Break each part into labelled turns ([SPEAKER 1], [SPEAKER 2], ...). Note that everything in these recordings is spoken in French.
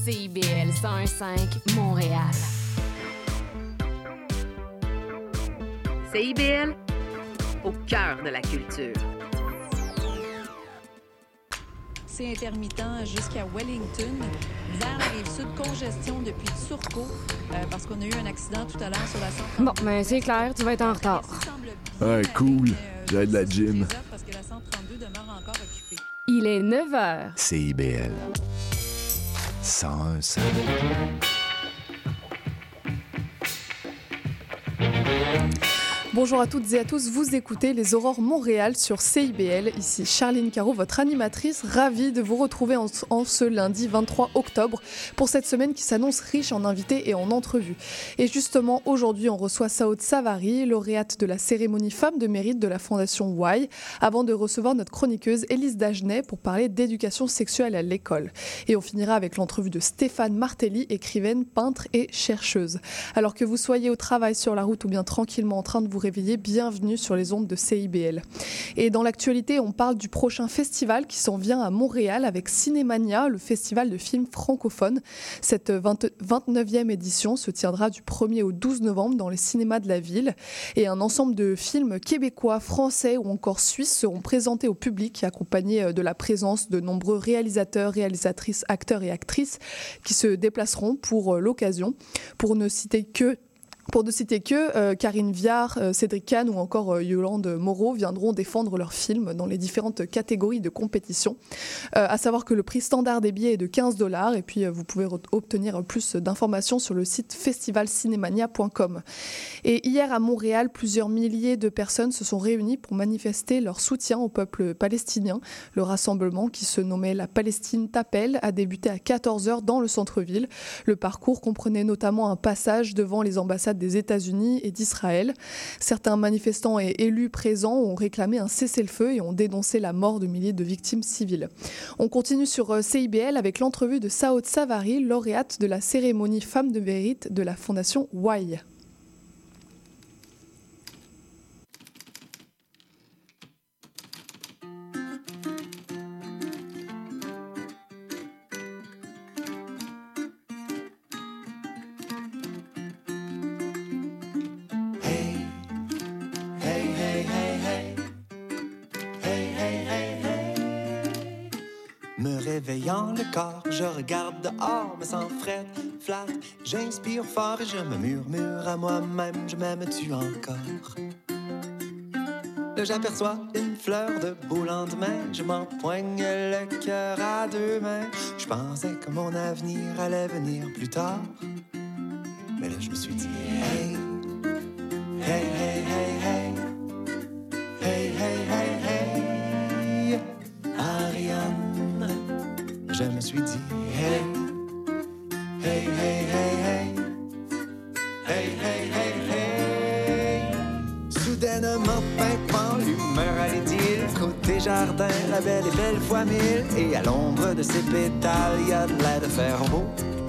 [SPEAKER 1] CIBL 101.5 Montréal.
[SPEAKER 2] CIBL, au cœur de la culture.
[SPEAKER 3] C'est intermittent jusqu'à Wellington. Vers la Rive-Sud, congestion depuis Turcot, parce qu'on a eu un accident tout à l'heure sur la 132.
[SPEAKER 1] Bon, ben c'est clair, tu vas être en retard.
[SPEAKER 4] Ouais, cool. J'ai de la gym.
[SPEAKER 3] Parce que la 132 demeure encore occupée.
[SPEAKER 1] Il est 9h.
[SPEAKER 4] CIBL 101.5.
[SPEAKER 5] Bonjour à toutes et à tous, vous écoutez Les Aurores Montréal sur CIBL. Ici Charline Caro, votre animatrice, ravie de vous retrouver en ce lundi 23 octobre pour cette semaine qui s'annonce riche en invités et en entrevues. Et justement, aujourd'hui, on reçoit Saôd Savary, lauréate de la cérémonie Femmes de mérite de la Fondation Y, avant de recevoir notre chroniqueuse Élise Dagenet pour parler d'éducation sexuelle à l'école. Et on finira avec l'entrevue de Stéphane Martelly, écrivaine, peintre et chercheuse. Alors que vous soyez au travail, sur la route ou bien tranquillement en train de vous réveiller, bienvenue sur les ondes de CIBL. Et dans l'actualité, on parle du prochain festival qui s'en vient à Montréal avec Cinémania, le festival de films francophones. Cette 29e édition se tiendra du 1er au 12 novembre dans les cinémas de la ville. Et un ensemble de films québécois, français ou encore suisses seront présentés au public, accompagnés de la présence de nombreux réalisateurs, réalisatrices, acteurs et actrices qui se déplaceront pour l'occasion. Pour ne citer que Karine Viard, Cédric Kahn ou encore Yolande Moreau viendront défendre leurs films dans les différentes catégories de compétition. À savoir que le prix standard des billets est de 15$ et puis vous pouvez obtenir plus d'informations sur le site festivalcinemania.com. Et hier à Montréal, plusieurs milliers de personnes se sont réunies pour manifester leur soutien au peuple palestinien. Le rassemblement, qui se nommait La Palestine t'appelle, a débuté à 14h dans le centre-ville. Le parcours comprenait notamment un passage devant les ambassades des États-Unis et d'Israël. Certains manifestants et élus présents ont réclamé un cessez-le-feu et ont dénoncé la mort de milliers de victimes civiles. On continue sur CIBL avec l'entrevue de Saôd Savary, lauréate de la cérémonie Femmes de mérite de la Fondation Y.
[SPEAKER 6] Réveillant le corps, je regarde dehors, me sens frette, flat. J'inspire fort et je me murmure à moi-même, je m'aime-tu encore? Là j'aperçois une fleur de beau lendemain, je m'empoigne le cœur à deux mains. Je pensais que mon avenir allait venir plus tard. Mais là je me suis dit, hey, hey, hey, hey, hey, hey, hey, hey, hey, Ariane. Je me suis dit, hey, hey, hey, hey, hey, hey, hey, hey, hey. Soudainement, pimpant, l'humeur à l'idylle. Côté jardin, la belle est belle fois mille. Et à l'ombre de ses pétales, y a de l'air de faire beau.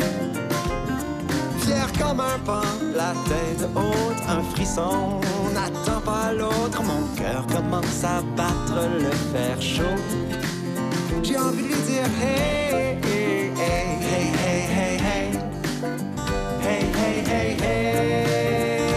[SPEAKER 6] Fier comme un pan, la tête haute, un frisson n'attend pas l'autre. Mon cœur commence à battre, le fer chaud. J'ai envie de lui dire hey, hey, hey, hey, hey, hey, hey, hey, hey, hey,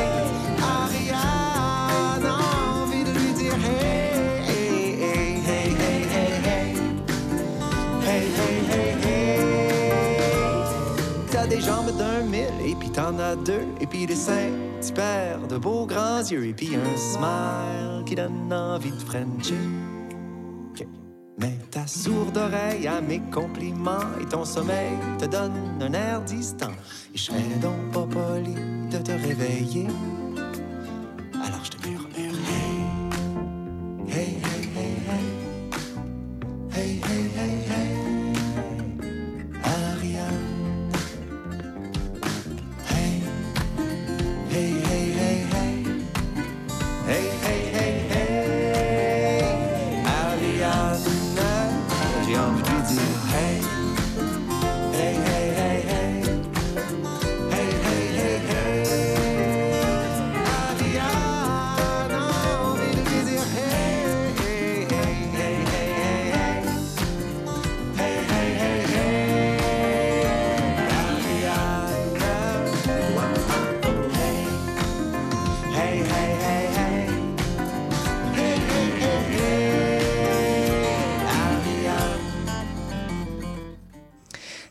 [SPEAKER 6] Ariane, envie de lui dire hey, hey, hey, hey, hey, hey, hey, hey, hey, hey. T'as des jambes d'un mille et puis t'en as deux et puis des seins, tu perds de beaux grands yeux et puis un smile qui donne envie de frencher. Mais ta sourde oreille à mes compliments et ton sommeil te donne un air distant. Et je serais donc pas poli de te réveiller. Alors je te murmure hey, hey, hey, hey, hey, hey, hey, hey, Ariane. Hey, hey, hey, hey, hey, hey, hey, hey, hey, Ariane. J'ai envie de lui dire hey, hey, hey, hey, hey, hey, hey, hey, hey, Ariane, envie de lui dire hey, hey, hey, hey, hey, hey, hey, hey, hey, hey,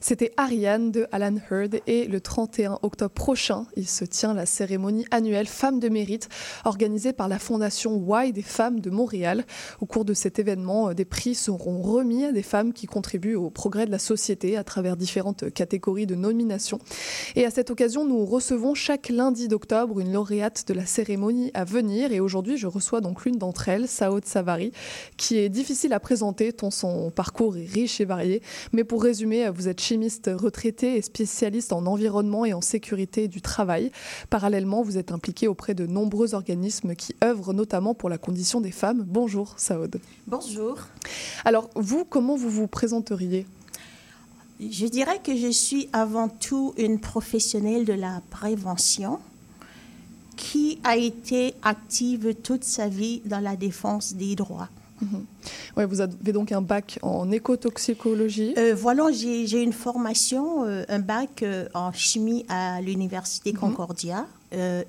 [SPEAKER 5] C'était Ariane de Alan Heard et le 31 octobre prochain, il se tient la cérémonie annuelle Femmes de mérite organisée par la Fondation Why des femmes de Montréal. Au cours de cet événement, des prix seront remis à des femmes qui contribuent au progrès de la société à travers différentes catégories de nominations. Et à cette occasion, nous recevons chaque lundi d'octobre une lauréate de la cérémonie à venir. Et aujourd'hui, je reçois donc l'une d'entre elles, Saôd Savary, qui est difficile à présenter tant son parcours est riche et varié. Mais pour résumer, vous êtes chimiste retraité et spécialiste en environnement et en sécurité du travail. Parallèlement, vous êtes impliqué auprès de nombreux organismes qui œuvrent notamment pour la condition des femmes. Bonjour Saôd.
[SPEAKER 7] Bonjour.
[SPEAKER 5] Alors vous, comment vous vous présenteriez ?
[SPEAKER 7] Je dirais que je suis avant tout une professionnelle de la prévention qui a été active toute sa vie dans la défense des droits.
[SPEAKER 5] Ouais, vous avez donc un bac en écotoxicologie.
[SPEAKER 7] Voilà, j'ai une formation, un bac en chimie à l'Université Concordia, un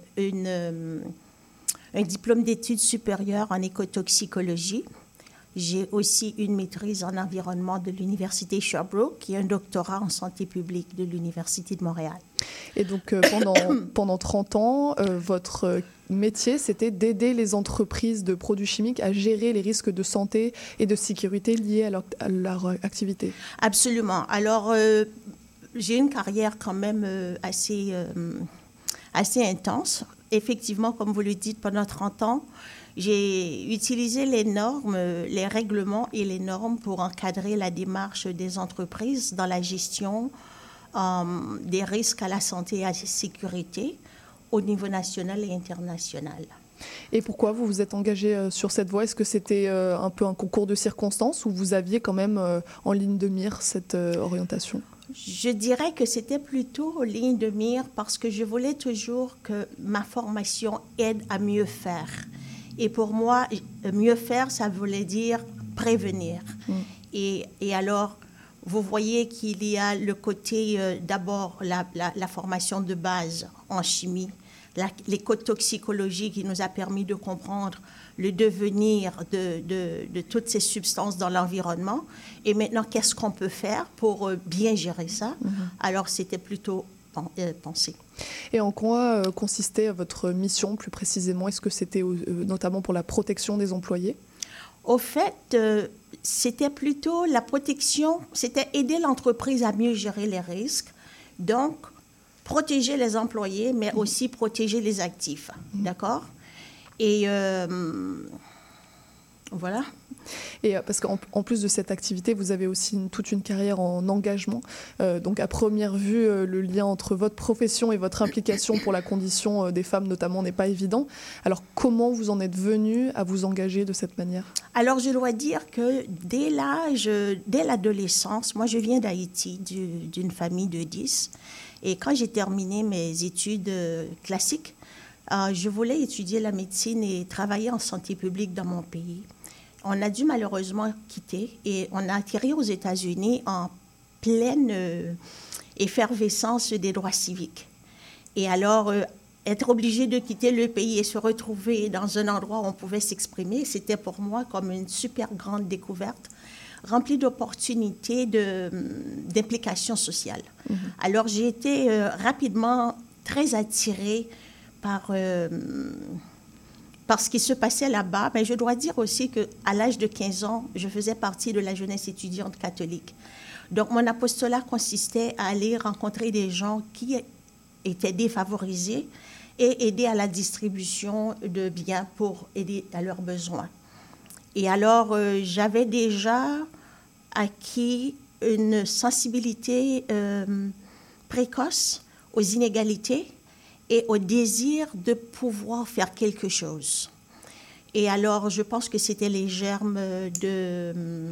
[SPEAKER 7] diplôme d'études supérieures en écotoxicologie. J'ai aussi une maîtrise en environnement de l'Université Sherbrooke et un doctorat en santé publique de l'Université de Montréal.
[SPEAKER 5] Et donc, pendant 30 ans, votre métier, c'était d'aider les entreprises de produits chimiques à gérer les risques de santé et de sécurité liés à leur activité.
[SPEAKER 7] Absolument. Alors, j'ai une carrière quand même assez intense. Effectivement, comme vous le dites, pendant 30 ans, j'ai utilisé les normes, les règlements et les normes pour encadrer la démarche des entreprises dans la gestion des risques à la santé et à la sécurité au niveau national et international.
[SPEAKER 5] Et pourquoi vous vous êtes engagé sur cette voie ? Est-ce que c'était un peu un concours de circonstances ou vous aviez quand même en ligne de mire cette orientation ?
[SPEAKER 7] Je dirais que c'était plutôt en ligne de mire parce que je voulais toujours que ma formation aide à mieux faire. Et pour moi, mieux faire, ça voulait dire prévenir. Et alors, vous voyez qu'il y a le côté, d'abord, la formation de base en chimie, l'écotoxicologie qui nous a permis de comprendre le devenir de toutes ces substances dans l'environnement. Et maintenant, qu'est-ce qu'on peut faire pour bien gérer ça? Alors, c'était plutôt pensé.
[SPEAKER 5] Et en quoi consistait votre mission plus précisément? Est-ce que c'était notamment pour la protection des employés?
[SPEAKER 7] Au fait, c'était plutôt la protection, c'était aider l'entreprise à mieux gérer les risques. Donc, protéger les employés, mais aussi protéger les actifs. D'accord? Et voilà.
[SPEAKER 5] Et parce qu'en plus de cette activité, vous avez aussi toute une carrière en engagement. Donc, à première vue, le lien entre votre profession et votre implication pour la condition des femmes, notamment, n'est pas évident. Alors, comment vous en êtes venu à vous engager de cette manière?
[SPEAKER 7] Alors, je dois dire que dès l'adolescence, moi, je viens d'Haïti, d'une famille de 10. Et quand j'ai terminé mes études classiques, je voulais étudier la médecine et travailler en santé publique dans mon pays. On a dû malheureusement quitter et on a atterri aux États-Unis en pleine effervescence des droits civiques. Et alors, être obligé de quitter le pays et se retrouver dans un endroit où on pouvait s'exprimer, c'était pour moi comme une super grande découverte, remplie d'opportunités, d'implications sociales. Alors, j'ai été rapidement très attirée par ce qui se passait là-bas. Mais je dois dire aussi qu'à l'âge de 15 ans, je faisais partie de la jeunesse étudiante catholique. Donc, mon apostolat consistait à aller rencontrer des gens qui étaient défavorisés et aider à la distribution de biens pour aider à leurs besoins. Et alors, j'avais déjà acquis une sensibilité précoce aux inégalités et au désir de pouvoir faire quelque chose. Et alors, je pense que c'était les germes de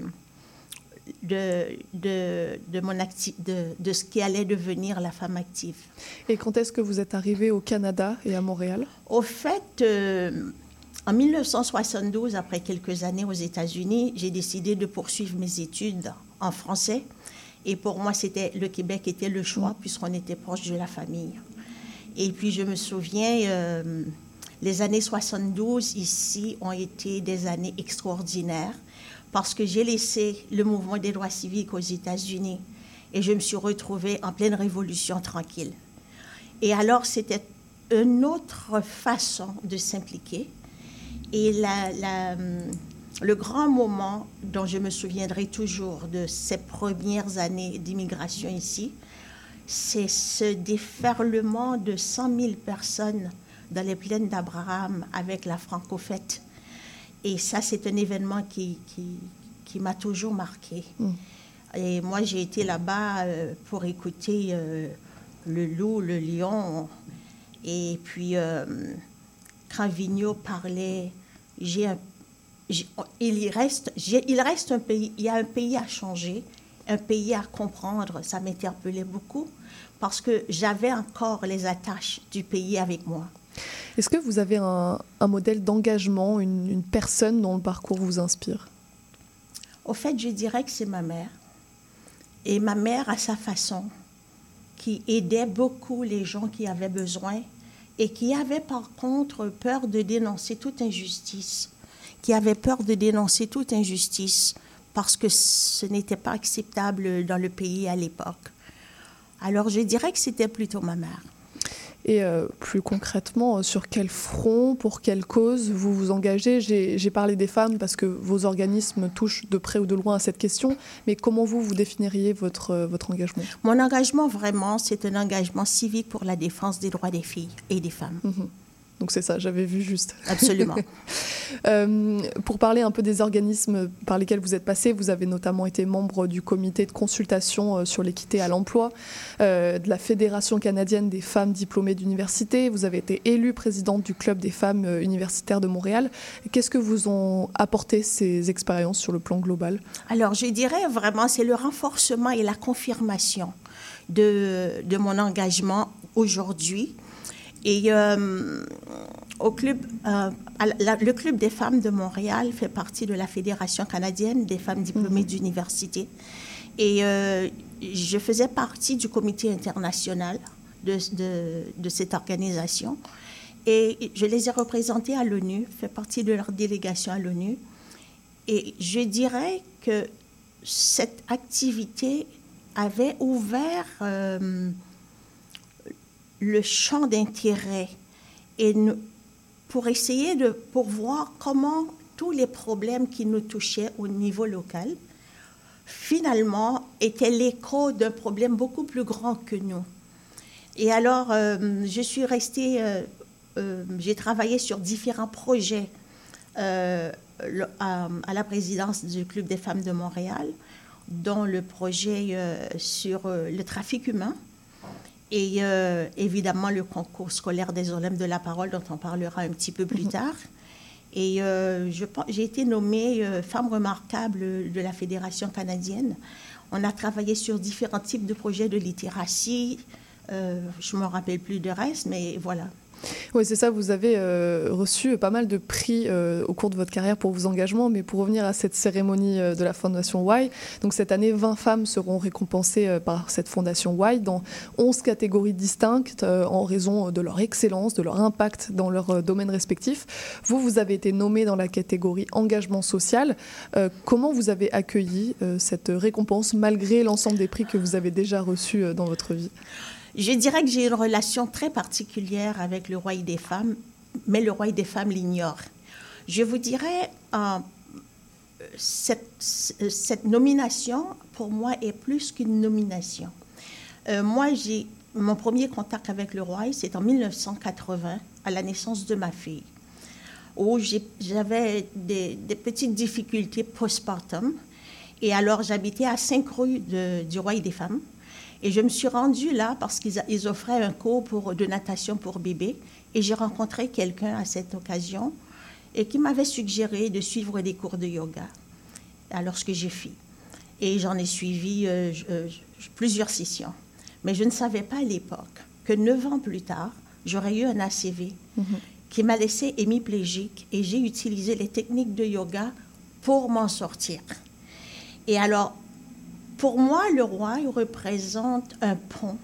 [SPEAKER 7] ce qui allait devenir la femme active.
[SPEAKER 5] Et quand est-ce que vous êtes arrivée au Canada et à Montréal?
[SPEAKER 7] Au fait, en 1972, après quelques années aux États-Unis, j'ai décidé de poursuivre mes études en français. Et pour moi, le Québec était le choix, puisqu'on était proche de la famille. Et puis, je me souviens, les années 72, ici, ont été des années extraordinaires parce que j'ai laissé le mouvement des droits civiques aux États-Unis Et je me suis retrouvée en pleine révolution tranquille. Et alors, c'était une autre façon de s'impliquer. Et le grand moment dont je me souviendrai toujours de ces premières années d'immigration ici, c'est ce déferlement de 100 000 personnes dans les plaines d'Abraham avec la Franco-Fête. Et ça, c'est un événement qui m'a toujours marqué. Et moi, j'ai été là-bas pour écouter le loup, le lion. Et puis, quand Vigneault parlait, il reste un pays, il y a un pays à changer, un pays à comprendre. Ça m'interpellait beaucoup parce que j'avais encore les attaches du pays avec moi.
[SPEAKER 5] Est-ce que vous avez un modèle d'engagement, une personne dont le parcours vous inspire?
[SPEAKER 7] Au fait, je dirais que c'est ma mère. Et ma mère, à sa façon, qui aidait beaucoup les gens qui avaient besoin et qui avait par contre peur de dénoncer toute injustice, parce que ce n'était pas acceptable dans le pays à l'époque. Alors je dirais que c'était plutôt ma mère.
[SPEAKER 5] Et plus concrètement, sur quel front, pour quelle cause vous vous engagez? J'ai parlé des femmes parce que vos organismes touchent de près ou de loin à cette question, mais comment vous définiriez votre engagement?
[SPEAKER 7] Mon engagement, vraiment, c'est un engagement civique pour la défense des droits des filles et des femmes.
[SPEAKER 5] Donc c'est ça, j'avais vu juste.
[SPEAKER 7] Absolument.
[SPEAKER 5] Pour parler un peu des organismes par lesquels vous êtes passé, vous avez notamment été membre du comité de consultation sur l'équité à l'emploi, de la Fédération canadienne des femmes diplômées d'université. Vous avez été élue présidente du Club des femmes universitaires de Montréal. Qu'est-ce que vous ont apporté ces expériences sur le plan global? Alors,
[SPEAKER 7] je dirais vraiment, c'est le renforcement et la confirmation de mon engagement aujourd'hui. Et le Club des femmes de Montréal fait partie de la Fédération canadienne des femmes diplômées d'université. Et je faisais partie du comité international de cette organisation. Et je les ai représentées à l'ONU, fait partie de leur délégation à l'ONU. Et je dirais que cette activité avait ouvert le champ d'intérêt et pour essayer pour voir comment tous les problèmes qui nous touchaient au niveau local, finalement, étaient l'écho d'un problème beaucoup plus grand que nous. Et alors, je suis restée, j'ai travaillé sur différents projets à la présidence du Club des femmes de Montréal, dont le projet sur le trafic humain, et évidemment le concours scolaire des Olympiques de la parole dont on parlera un petit peu plus tard. Et j'ai été nommée femme remarquable de la Fédération canadienne. On a travaillé sur différents types de projets de littératie. Je ne me rappelle plus de reste, mais voilà.
[SPEAKER 5] Oui, c'est ça, vous avez reçu pas mal de prix au cours de votre carrière pour vos engagements, mais pour revenir à cette cérémonie de la Fondation Y, donc cette année, 20 femmes seront récompensées par cette Fondation Y dans 11 catégories distinctes en raison de leur excellence, de leur impact dans leur domaine respectif. Vous avez été nommée dans la catégorie engagement social. Comment vous avez accueilli cette récompense malgré l'ensemble des prix que vous avez déjà reçus dans votre vie?
[SPEAKER 7] Je dirais que j'ai une relation très particulière avec le Roi des femmes, mais le Roi des femmes l'ignore. Je vous dirais, cette nomination, pour moi, est plus qu'une nomination. Moi, mon premier contact avec le Roi, c'est en 1980, à la naissance de ma fille, où j'avais des petites difficultés postpartum. Et alors, j'habitais à 5 rues du Roi des femmes. Et je me suis rendue là parce qu'ils offraient un cours de natation pour bébés. Et j'ai rencontré quelqu'un à cette occasion et qui m'avait suggéré de suivre des cours de yoga. Alors, ce que j'ai fait. Et j'en ai suivi plusieurs sessions. Mais je ne savais pas à l'époque que 9 ans plus tard, j'aurais eu un ACV qui m'a laissé hémiplégique et j'ai utilisé les techniques de yoga pour m'en sortir. Et alors, pour moi, le Roi représente un pont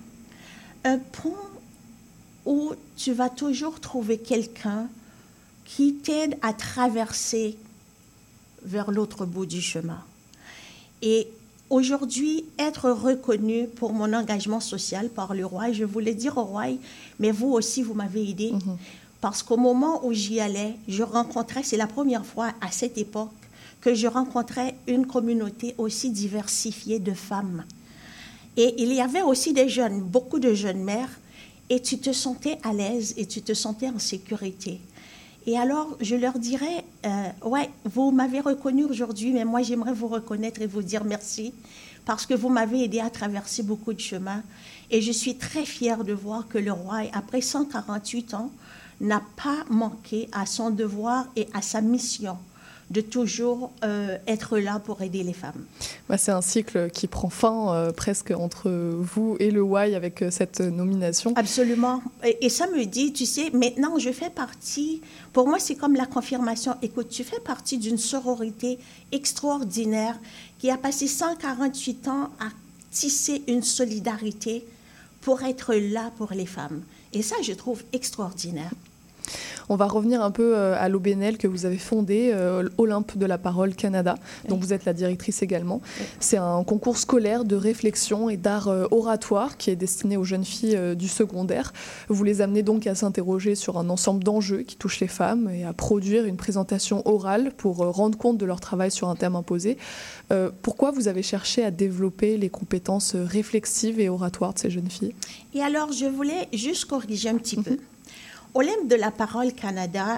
[SPEAKER 7] où tu vas toujours trouver quelqu'un qui t'aide à traverser vers l'autre bout du chemin. Et aujourd'hui, être reconnue pour mon engagement social par le roi, je voulais dire au roi, mais vous aussi, vous m'avez aidé. Parce qu'au moment où j'y allais, je rencontrais, c'est la première fois à cette époque, que je rencontrais une communauté aussi diversifiée de femmes. Et il y avait aussi des jeunes, beaucoup de jeunes mères, et tu te sentais à l'aise et tu te sentais en sécurité. Et alors, je leur dirais, ouais, vous m'avez reconnu aujourd'hui, mais moi, j'aimerais vous reconnaître et vous dire merci, parce que vous m'avez aidé à traverser beaucoup de chemins. Et je suis très fière de voir que le roi, après 148 ans, n'a pas manqué à son devoir et à sa mission de toujours être là pour aider les femmes.
[SPEAKER 5] C'est un cycle qui prend fin presque entre vous et le Y avec cette nomination.
[SPEAKER 7] Absolument. Et ça me dit, tu sais, maintenant je fais partie, pour moi c'est comme la confirmation, écoute, tu fais partie d'une sororité extraordinaire qui a passé 148 ans à tisser une solidarité pour être là pour les femmes. Et ça, je trouve extraordinaire.
[SPEAKER 5] On va revenir un peu à l'OBNL que vous avez fondé, Olympe de la Parole Canada, dont vous êtes la directrice également. C'est un concours scolaire de réflexion et d'art oratoire qui est destiné aux jeunes filles du secondaire. Vous les amenez donc à s'interroger sur un ensemble d'enjeux qui touchent les femmes et à produire une présentation orale pour rendre compte de leur travail sur un thème imposé. Pourquoi vous avez cherché à développer les compétences réflexives et oratoires de ces jeunes filles?
[SPEAKER 7] Et alors, je voulais juste corriger un petit peu. Olympe de la Parole Canada,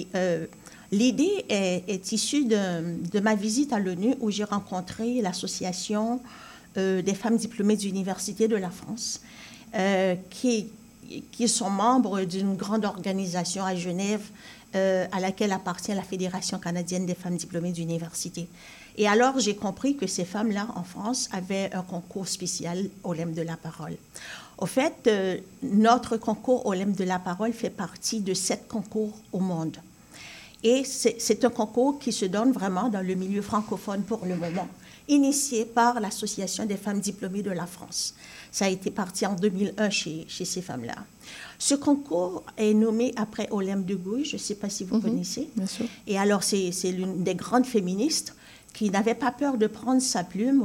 [SPEAKER 7] l'idée est issue de ma visite à l'ONU où j'ai rencontré l'association des femmes diplômées d'université de la France qui sont membres d'une grande organisation à Genève à laquelle appartient la Fédération canadienne des femmes diplômées d'université. Et alors, j'ai compris que ces femmes-là, en France, avaient un concours spécial Olympe de la Parole. Au fait, notre concours Olympe de la Parole fait partie de 7 concours au monde. Et c'est un concours qui se donne vraiment dans le milieu francophone pour le moment, initié par l'Association des femmes diplômées de la France. Ça a été parti en 2001 chez ces femmes-là. Ce concours est nommé après Olympe de Gouges, je ne sais pas si vous connaissez.
[SPEAKER 5] Bien sûr.
[SPEAKER 7] Et alors, c'est l'une des grandes féministes qui n'avait pas peur de prendre sa plume en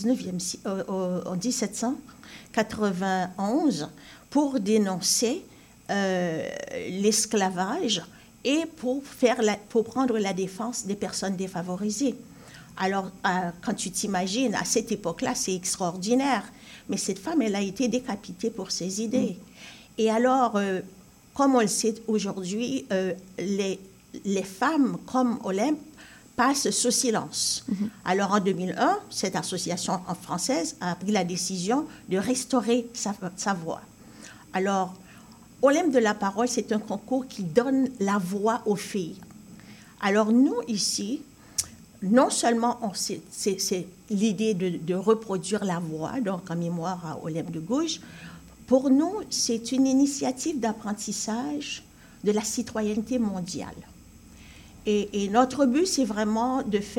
[SPEAKER 7] 1791 pour dénoncer l'esclavage et pour prendre la défense des personnes défavorisées. Alors, quand tu t'imagines, à cette époque-là, c'est extraordinaire. Mais cette femme, elle a été décapitée pour ses idées. Et alors, comme on le sait aujourd'hui, les femmes comme Olympe passent sous silence. Alors, en 2001, cette association française a pris la décision de restaurer sa voix. Alors, Olympe de la Parole, c'est un concours qui donne la voix aux filles. Alors, nous, ici, non seulement c'est l'idée de reproduire la voix, donc en mémoire à Olympe de Gouges, pour nous, c'est une initiative d'apprentissage de la citoyenneté mondiale. Et notre but, c'est vraiment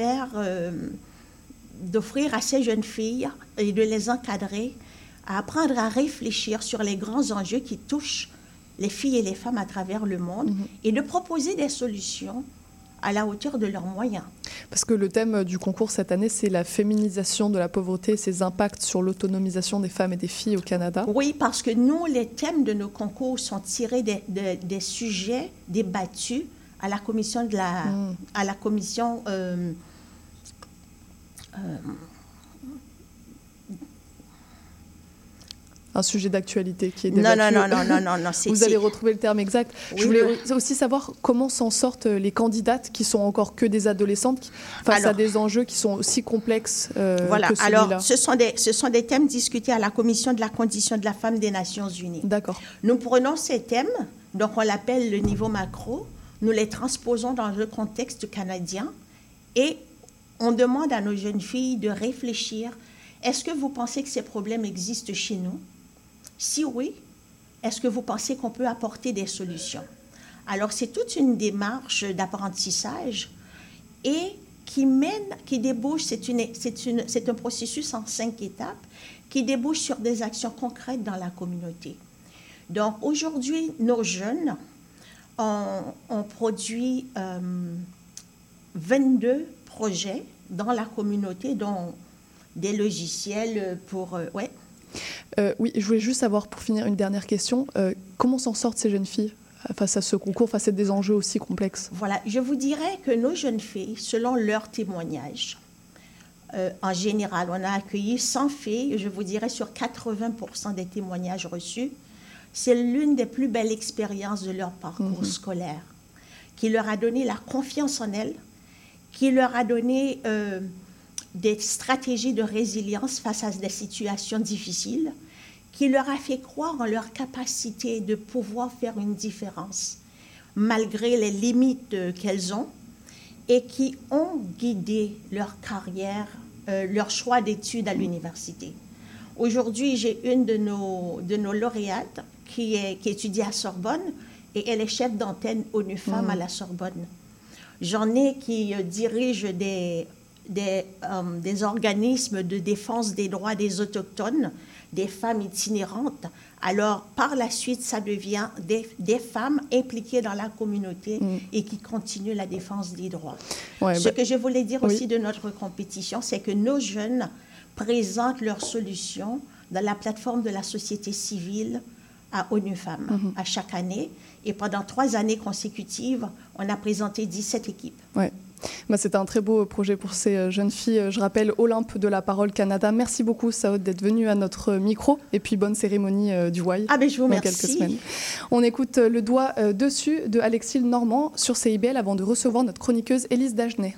[SPEAKER 7] d'offrir à ces jeunes filles et de les encadrer à apprendre à réfléchir sur les grands enjeux qui touchent les filles et les femmes à travers le monde et de proposer des solutions à la hauteur de leurs moyens.
[SPEAKER 5] Parce que le thème du concours cette année, c'est la féminisation de la pauvreté et ses impacts sur l'autonomisation des femmes et des filles au Canada.
[SPEAKER 7] Oui, parce que nous, les thèmes de nos concours sont tirés des sujets débattus à la commission
[SPEAKER 5] un sujet d'actualité qui est débattu.
[SPEAKER 7] Non.
[SPEAKER 5] Vous allez retrouver le terme exact.
[SPEAKER 7] Oui,
[SPEAKER 5] je voulais aussi savoir comment s'en sortent les candidates qui sont encore que des adolescentes face à des enjeux qui sont aussi complexes
[SPEAKER 7] voilà.
[SPEAKER 5] que celui-là.
[SPEAKER 7] Alors, ce sont des thèmes discutés à la Commission de la condition de la femme des Nations Unies.
[SPEAKER 5] D'accord.
[SPEAKER 7] Nous prenons ces thèmes, donc on l'appelle le niveau macro, nous les transposons dans le contexte canadien et on demande à nos jeunes filles de réfléchir. Est-ce que vous pensez que ces problèmes existent chez nous? Si oui, est-ce que vous pensez qu'on peut apporter des solutions? Alors, c'est toute une démarche d'apprentissage et qui débouche, c'est un processus en 5 étapes qui débouche sur des actions concrètes dans la communauté. Donc, aujourd'hui, nos jeunes ont produit 22 projets dans la communauté, dont des logiciels pour... ouais.
[SPEAKER 5] Oui, je voulais juste savoir, pour finir, une dernière question. Comment s'en sortent ces jeunes filles face à ce concours, face à des enjeux aussi complexes?
[SPEAKER 7] Voilà, je vous dirais que nos jeunes filles, selon leurs témoignages, en général, on a accueilli 100 filles, je vous dirais sur 80% des témoignages reçus, c'est l'une des plus belles expériences de leur parcours scolaire, qui leur a donné la confiance en elles, qui leur a donné des stratégies de résilience face à des situations difficiles, qui leur a fait croire en leur capacité de pouvoir faire une différence, malgré les limites qu'elles ont, et qui ont guidé leur carrière, leur choix d'études à l'université. Aujourd'hui, j'ai une de nos lauréates qui étudie à Sorbonne, et elle est chef d'antenne ONU Femmes à la Sorbonne. J'en ai qui dirigent des organismes de défense des droits des autochtones, des femmes itinérantes. Alors, par la suite, ça devient des femmes impliquées dans la communauté et qui continuent la défense des droits. Ouais, Ce que je voulais dire aussi de notre compétition, c'est que nos jeunes présentent leurs solutions dans la plateforme de la société civile à ONU Femmes à chaque année. Et pendant 3 années consécutives, on a présenté 17 équipes.
[SPEAKER 5] Ouais. Bah, c'était un très beau projet pour ces jeunes filles. Je rappelle Olympe de la Parole Canada. Merci beaucoup, Saoud, d'être venue à notre micro. Et puis, bonne cérémonie du Wai
[SPEAKER 7] je vous
[SPEAKER 5] dans quelques semaines. On écoute Le doigt dessus de Alexis Normand sur CIBL avant de recevoir notre chroniqueuse Élise Dagenet.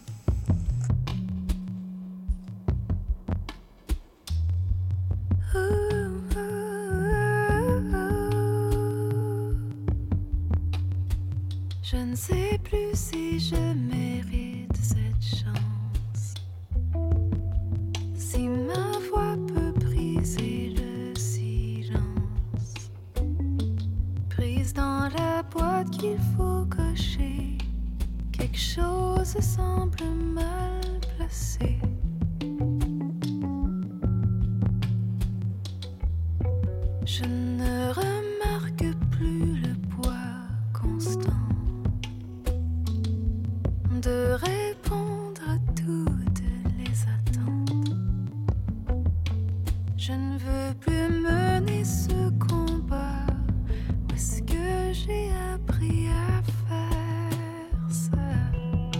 [SPEAKER 8] Je ne sais plus si je mérite cette chance, si ma voix peut briser le silence, prise dans la boîte qu'il faut cocher, quelque chose semble mal placé. Je ne remarque plus le poids constant de répondre à toutes les attentes. Je ne veux plus mener ce combat. Où est-ce que j'ai appris à faire ça?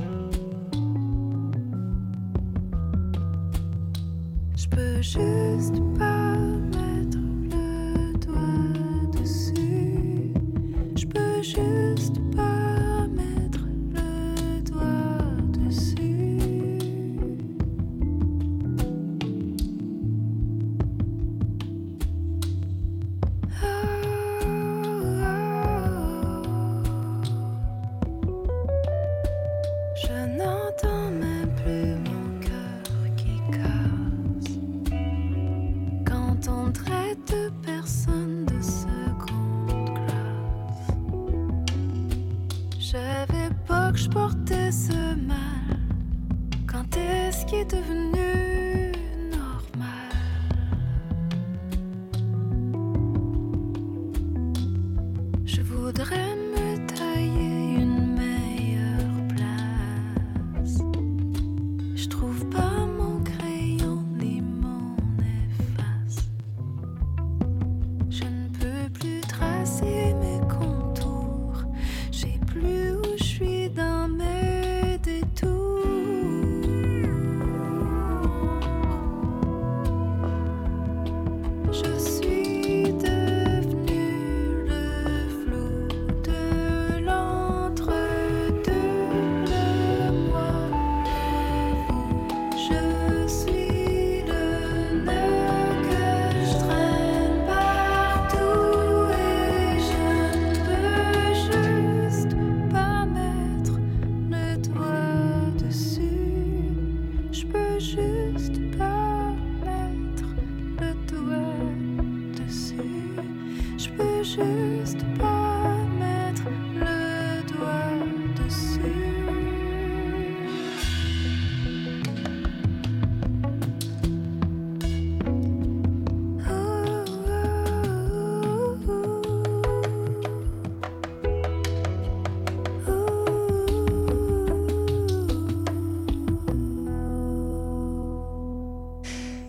[SPEAKER 8] Je peux juste pas mettre le doigt dessus. Je peux juste pas mettre le doigt dessus. Je n'entends même plus mon cœur qui casse quand on traite de personne de seconde classe. J'avais pas que je portais ce mal. Quand est-ce qui est devenu normal? Je voudrais me tailler une meilleure place. Je trouve pas mon crayon ni mon efface. Je ne peux plus tracer mes contours. Je sais plus où je suis dans mes détours.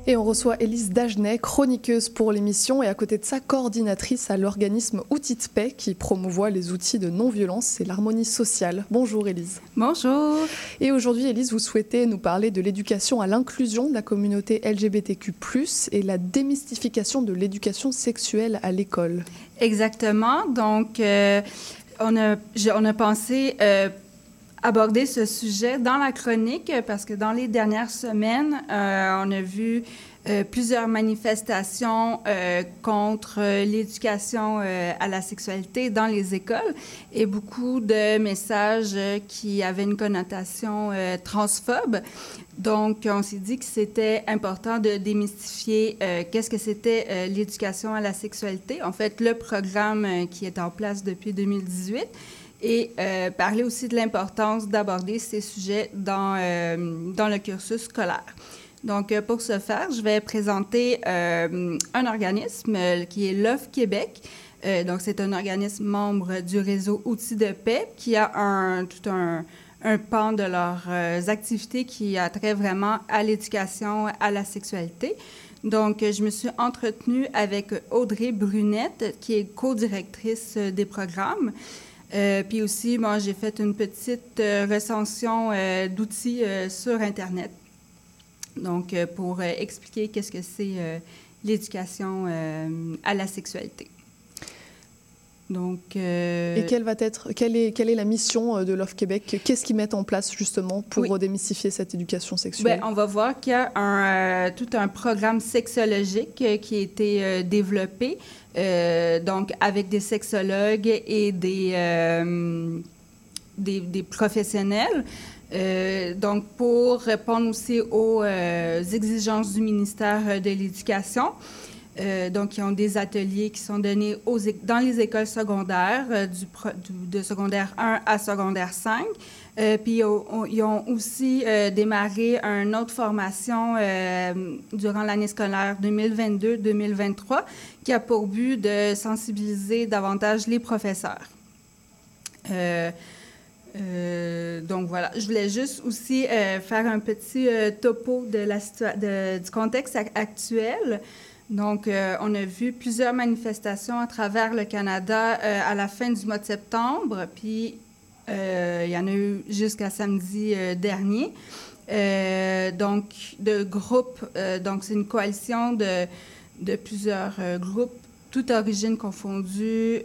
[SPEAKER 5] Et on reçoit Élise Dagenet, chroniqueuse pour l'émission et à côté de ça, coordinatrice à l'organisme Outils de paix qui promouvoit les outils de non-violence et l'harmonie sociale. Bonjour Élise.
[SPEAKER 9] Bonjour.
[SPEAKER 5] Et aujourd'hui Élise, vous souhaitez nous parler de l'éducation à l'inclusion de la communauté LGBTQ+, et la démystification de l'éducation sexuelle à l'école.
[SPEAKER 9] Exactement. Donc, on a pensé aborder ce sujet dans la chronique parce que dans les dernières semaines, on a vu plusieurs manifestations contre l'éducation à la sexualité dans les écoles et beaucoup de messages qui avaient une connotation transphobe. Donc, on s'est dit que c'était important de démystifier qu'est-ce que c'était l'éducation à la sexualité. En fait, le programme qui est en place depuis 2018 et parler aussi de l'importance d'aborder ces sujets dans le cursus scolaire. Donc, pour ce faire, je vais présenter un organisme qui est l'OFF Québec. Donc, c'est un organisme membre du réseau Outils de paix qui a tout un pan de leurs activités qui a trait vraiment à l'éducation à la sexualité. Donc, je me suis entretenue avec Audrey Brunette, qui est co-directrice des programmes. Puis aussi, j'ai fait une petite recension d'outils sur Internet. Donc, pour expliquer qu'est-ce que c'est l'éducation à la sexualité. Donc,
[SPEAKER 5] et quelle est la mission de l'OFF Québec? Qu'est-ce qu'ils mettent en place justement pour démystifier cette éducation sexuelle?
[SPEAKER 9] On va voir qu'il y a tout un programme sexologique qui a été développé, donc avec des sexologues et des professionnels. Donc, pour répondre aussi aux exigences du ministère de l'Éducation. Donc, ils ont des ateliers qui sont donnés dans les écoles secondaires, de secondaire 1 à secondaire 5. Puis, ils ont aussi démarré une autre formation durant l'année scolaire 2022-2023 qui a pour but de sensibiliser davantage les professeurs. Donc, voilà. Je voulais juste aussi faire un petit topo du contexte actuel. Donc, on a vu plusieurs manifestations à travers le Canada à la fin du mois de septembre, puis il y en a eu jusqu'à samedi dernier. Donc, de groupes, donc c'est une coalition de plusieurs groupes, toutes origines confondues,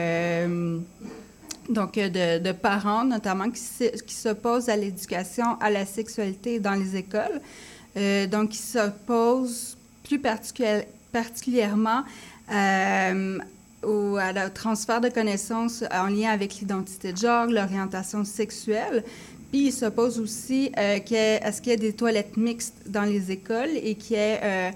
[SPEAKER 9] donc de parents notamment qui s'opposent à l'éducation à la sexualité dans les écoles, donc qui s'opposent plus particulièrement au transfert de connaissances en lien avec l'identité de genre, l'orientation sexuelle. Puis, il s'oppose aussi à ce qu'il y ait des toilettes mixtes dans les écoles et qu'il y ait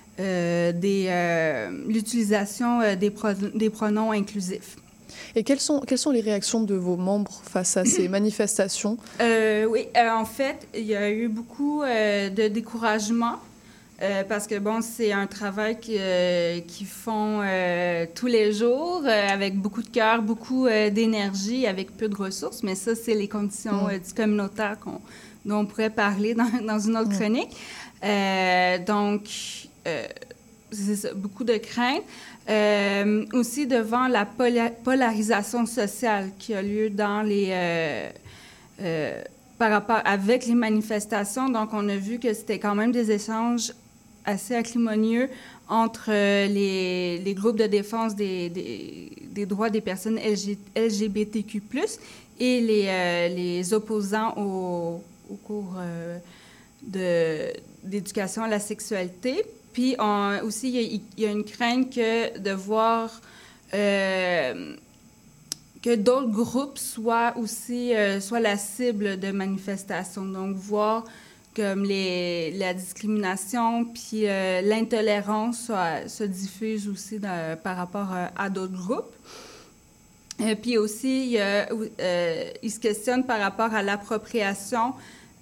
[SPEAKER 9] l'utilisation des pronoms inclusifs.
[SPEAKER 5] Et quelles sont les réactions de vos membres face à ces manifestations?
[SPEAKER 9] Oui, en fait, il y a eu beaucoup de découragement. Parce que, c'est un travail qu'ils font tous les jours, avec beaucoup de cœur, beaucoup d'énergie, avec peu de ressources. Mais ça, c'est les conditions du communautaire dont on pourrait parler dans une autre chronique. Donc, c'est ça, beaucoup de craintes. Aussi devant la polarisation sociale qui a lieu dans par rapport avec les manifestations. Donc, on a vu que c'était quand même des échanges assez acrimonieux entre les groupes de défense des droits des personnes LGBTQ+, et les opposants au cours d'éducation à la sexualité. Puis aussi, il y a une crainte de voir que d'autres groupes soient la cible de manifestations. Donc, voir comme la discrimination puis l'intolérance se diffuse aussi par rapport à d'autres groupes. Puis aussi, ils se questionnent par rapport à l'appropriation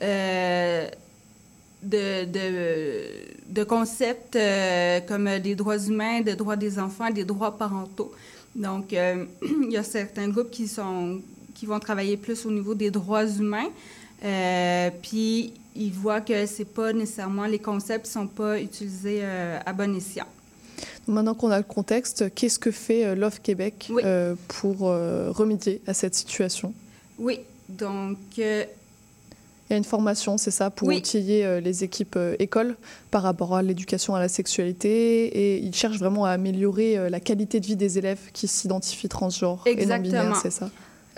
[SPEAKER 9] de concepts comme des droits humains, des droits des enfants, des droits parentaux. Donc, il y a certains groupes qui vont travailler plus au niveau des droits humains. Puis, ils voient que c'est pas nécessairement, les concepts ne sont pas utilisés à bon escient.
[SPEAKER 5] Maintenant qu'on a le contexte, qu'est-ce que fait Love Québec pour remédier à cette situation?
[SPEAKER 9] Oui, donc...
[SPEAKER 5] Il y a une formation, c'est ça, pour outiller les équipes écoles par rapport à l'éducation à la sexualité, et ils cherchent vraiment à améliorer la qualité de vie des élèves qui s'identifient transgenres et non-binaires, c'est ça?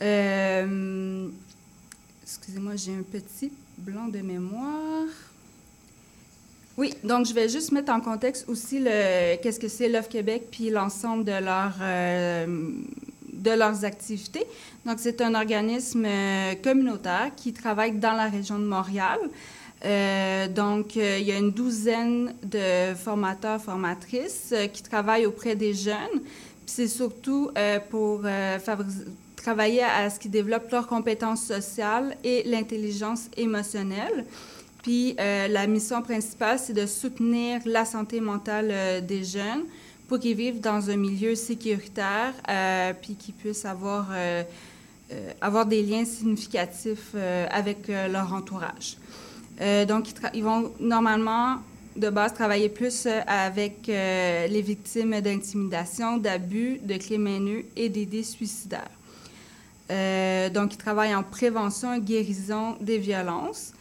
[SPEAKER 9] Excusez-moi, j'ai un petit blanc de mémoire. Oui, donc je vais juste mettre en contexte aussi qu'est-ce que c'est Love Québec puis l'ensemble de leurs activités. Donc, c'est un organisme communautaire qui travaille dans la région de Montréal. Donc, il y a une douzaine de formateurs, formatrices qui travaillent auprès des jeunes. Puis c'est surtout pour travailler à ce qu'ils développent leurs compétences sociales et l'intelligence émotionnelle. Puis la mission principale, c'est de soutenir la santé mentale des jeunes pour qu'ils vivent dans un milieu sécuritaire, puis qu'ils puissent avoir des liens significatifs avec leur entourage. Donc, ils vont normalement, de base, travailler plus avec les victimes d'intimidation, d'abus, de crimes haineux et d'idées suicidaires. Donc, ils travaillent en prévention et guérison des violences.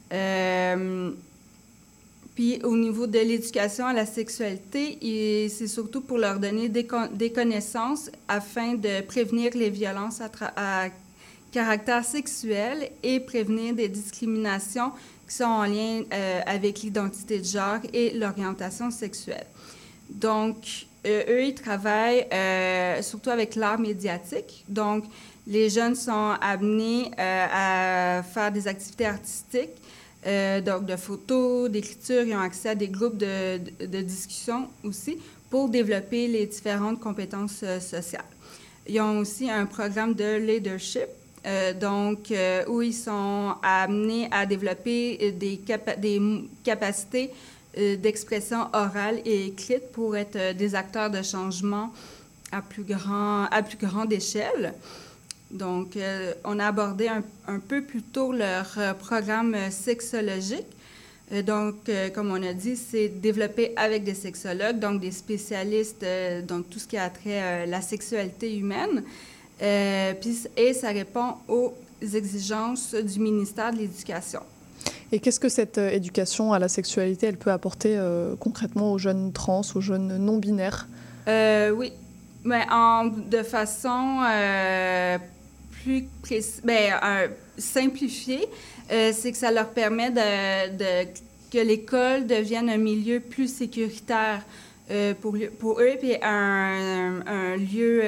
[SPEAKER 9] Puis, au niveau de l'éducation à la sexualité, c'est surtout pour leur donner des connaissances afin de prévenir les violences à caractère sexuel et prévenir des discriminations qui sont en lien avec l'identité de genre et l'orientation sexuelle. Donc, eux, ils travaillent surtout avec l'art médiatique. Donc, les jeunes sont amenés à faire des activités artistiques, donc de photos, d'écriture. Ils ont accès à des groupes de discussion aussi pour développer les différentes compétences sociales. Ils ont aussi un programme de leadership, où ils sont amenés à développer des capacités d'expression orale et écrite pour être des acteurs de changement à plus grande échelle. Donc, on a abordé un peu plus tôt leur programme sexologique. Comme on a dit, c'est développé avec des sexologues, donc des spécialistes dans tout ce qui a trait à la sexualité humaine. Et ça répond aux exigences du ministère de l'Éducation.
[SPEAKER 5] Et qu'est-ce que cette éducation à la sexualité, elle peut apporter concrètement aux jeunes trans, aux jeunes non-binaires?
[SPEAKER 9] Oui, mais de façon plus simplifiée, c'est que ça leur permet que l'école devienne un milieu plus sécuritaire pour eux, puis un lieu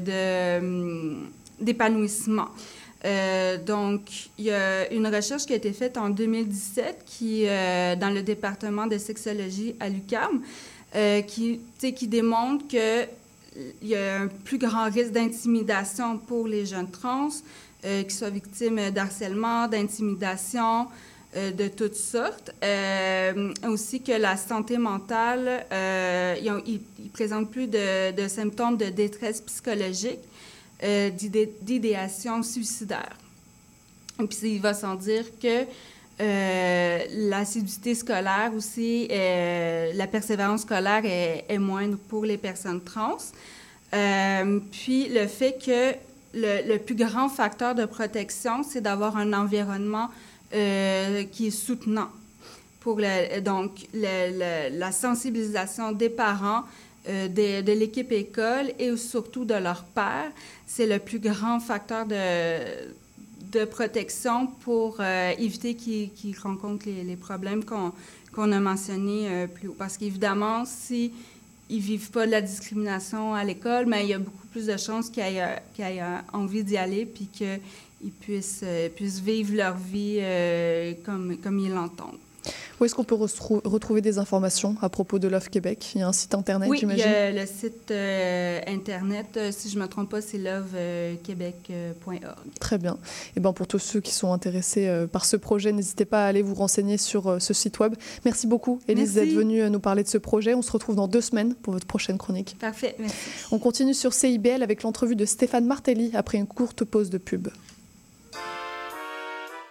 [SPEAKER 9] d'épanouissement. Donc, il y a une recherche qui a été faite en 2017 dans le département de sexologie à l'UQAM qui démontre qu'il y a un plus grand risque d'intimidation pour les jeunes trans, qui soient victimes d'harcèlement, d'intimidation, de toutes sortes. Aussi que la santé mentale, ils présentent plus de symptômes de détresse psychologique, d'idéation suicidaire. Et puis, il va sans dire que l'assiduité scolaire aussi, la persévérance scolaire est moindre pour les personnes trans. Puis, le fait que le plus grand facteur de protection, c'est d'avoir un environnement qui est soutenant. Pour la sensibilisation des parents, de l'équipe école et surtout de leurs pairs, c'est le plus grand facteur de protection pour éviter qu'ils rencontrent les problèmes qu'on a mentionnés plus haut. Parce qu'évidemment, s'ils ne vivent pas de la discrimination à l'école, mais il y a beaucoup plus de chances qu'ils aient envie d'y aller puis qu'ils puissent vivre leur vie comme ils l'entendent.
[SPEAKER 5] Où est-ce qu'on peut retrouver des informations à propos de Love Québec? Il y a un site Internet, j'imagine?
[SPEAKER 9] Oui, il y a le site Internet. Si je ne me trompe pas, c'est lovequebec.org.
[SPEAKER 5] Très bien. Et pour tous ceux qui sont intéressés par ce projet, n'hésitez pas à aller vous renseigner sur ce site web. Merci beaucoup, Élise, d'être venue nous parler de ce projet. On se retrouve dans 2 semaines pour votre prochaine chronique.
[SPEAKER 9] Parfait, merci.
[SPEAKER 5] On continue sur CIBL avec l'entrevue de Stéphane Martelly après une courte pause de pub.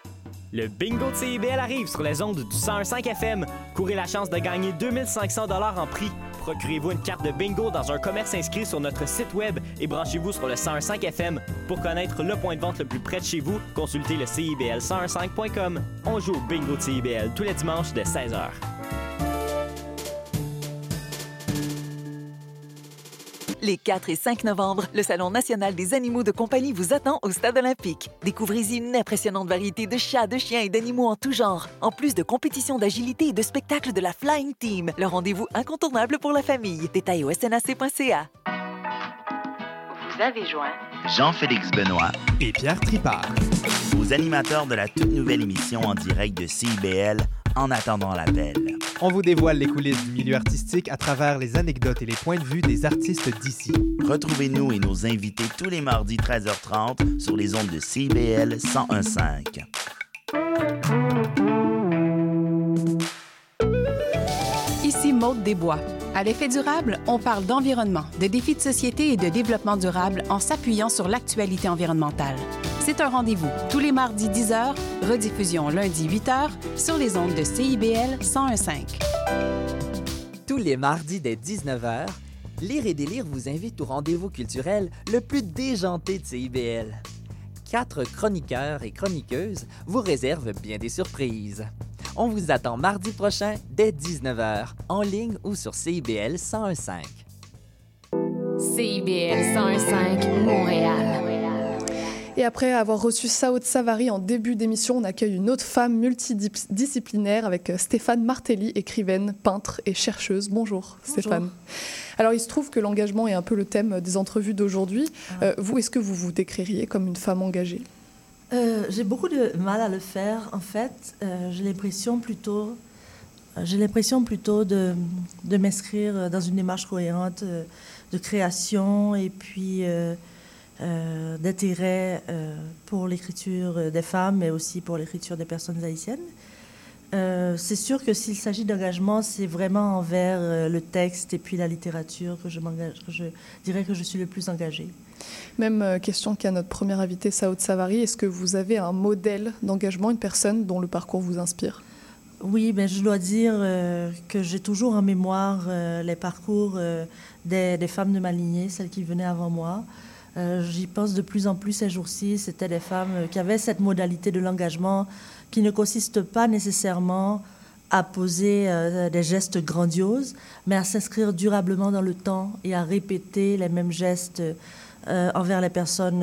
[SPEAKER 10] Le bingo de CIBL arrive sur les ondes du 101.5 FM. Courez la chance de gagner 2500 $ en prix. Procurez-vous une carte de bingo dans un commerce inscrit sur notre site web et branchez-vous sur le 101.5 FM. Pour connaître le point de vente le plus près de chez vous, consultez le CIBL1015.com. On joue au bingo de CIBL tous les dimanches dès 16h.
[SPEAKER 11] Les 4 et 5 novembre, le Salon national des animaux de compagnie vous attend au Stade olympique. Découvrez-y une impressionnante variété de chats, de chiens et d'animaux en tout genre. En plus de compétitions d'agilité et de spectacles de la Flying Team, le rendez-vous incontournable pour la famille. Détails au snac.ca.
[SPEAKER 12] Vous avez joint
[SPEAKER 13] Jean-Félix Benoît
[SPEAKER 14] et Pierre Tripart,
[SPEAKER 13] aux animateurs de la toute nouvelle émission en direct de CIBL, En attendant l'appel.
[SPEAKER 14] On vous dévoile les coulisses du milieu artistique à travers les anecdotes et les points de vue des artistes d'ici.
[SPEAKER 13] Retrouvez-nous et nos invités tous les mardis 13h30 sur les ondes de CIBL 101.5.
[SPEAKER 15] Ici Maude Desbois. À l'effet durable, on parle d'environnement, de défis de société et de développement durable en s'appuyant sur l'actualité environnementale. C'est un rendez-vous tous les mardis 10h, rediffusion lundi 8h sur les ondes de CIBL 101.5.
[SPEAKER 16] Tous les mardis dès 19h, Lire et Délire vous invite au rendez-vous culturel le plus déjanté de CIBL. 4 chroniqueurs et chroniqueuses vous réservent bien des surprises. On vous attend mardi prochain dès 19h, en ligne ou sur CIBL 101.5.
[SPEAKER 1] CIBL 101.5 Montréal.
[SPEAKER 5] Et après avoir reçu Sao Savary en début d'émission, on accueille une autre femme multidisciplinaire avec Stéphane Martelly, écrivaine, peintre et chercheuse. Bonjour. Stéphane. Alors il se trouve que l'engagement est un peu le thème des entrevues d'aujourd'hui. Vous, est-ce que vous vous décririez comme une femme engagée ?
[SPEAKER 17] J'ai beaucoup de mal à le faire. En fait, j'ai l'impression plutôt de m'inscrire dans une démarche cohérente de création et puis d'intérêt pour l'écriture des femmes, mais aussi pour l'écriture des personnes haïtiennes. C'est sûr que s'il s'agit d'engagement, c'est vraiment envers le texte et puis la littérature que je dirais que je suis le plus engagée.
[SPEAKER 5] Même question qu'à notre premier invité, Sao Savary. Est-ce que vous avez un modèle d'engagement, une personne dont le parcours vous inspire ?
[SPEAKER 17] Oui, je dois dire que j'ai toujours en mémoire les parcours des femmes de ma lignée, celles qui venaient avant moi. J'y pense de plus en plus ces jours-ci. C'était des femmes qui avaient cette modalité de l'engagement qui ne consiste pas nécessairement à poser des gestes grandioses, mais à s'inscrire durablement dans le temps et à répéter les mêmes gestes envers les personnes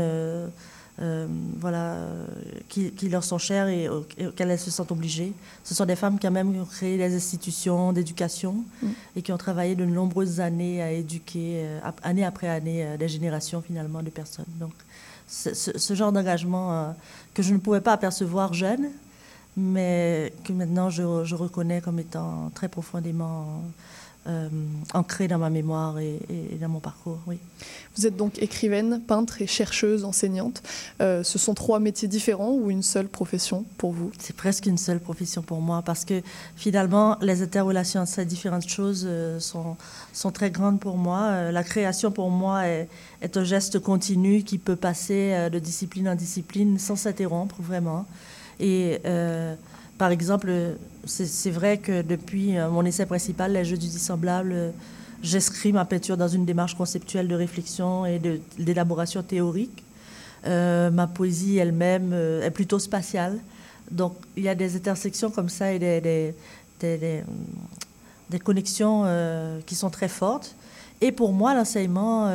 [SPEAKER 17] qui leur sont chères et auxquelles elles se sentent obligées. Ce sont des femmes qui ont même créé des institutions d'éducation et qui ont travaillé de nombreuses années à éduquer, année après année, des générations finalement de personnes. Donc, ce genre d'engagement que je ne pouvais pas apercevoir jeune, mais que maintenant je reconnais comme étant très profondément ancré dans ma mémoire et dans mon parcours, oui.
[SPEAKER 5] Vous êtes donc écrivaine, peintre et chercheuse, enseignante. Ce sont 3 métiers différents ou une seule profession pour vous ?
[SPEAKER 17] C'est presque une seule profession pour moi parce que finalement, les interrelations entre ces différentes choses sont très grandes pour moi. La création pour moi est un geste continu qui peut passer de discipline en discipline sans s'interrompre vraiment. Et par exemple, c'est vrai que depuis mon essai principal, Les Jeux du dissemblable, j'inscris ma peinture dans une démarche conceptuelle de réflexion et d'élaboration théorique. Ma poésie elle-même est plutôt spatiale. Donc, il y a des intersections comme ça et des connexions qui sont très fortes. Et pour moi, l'enseignement,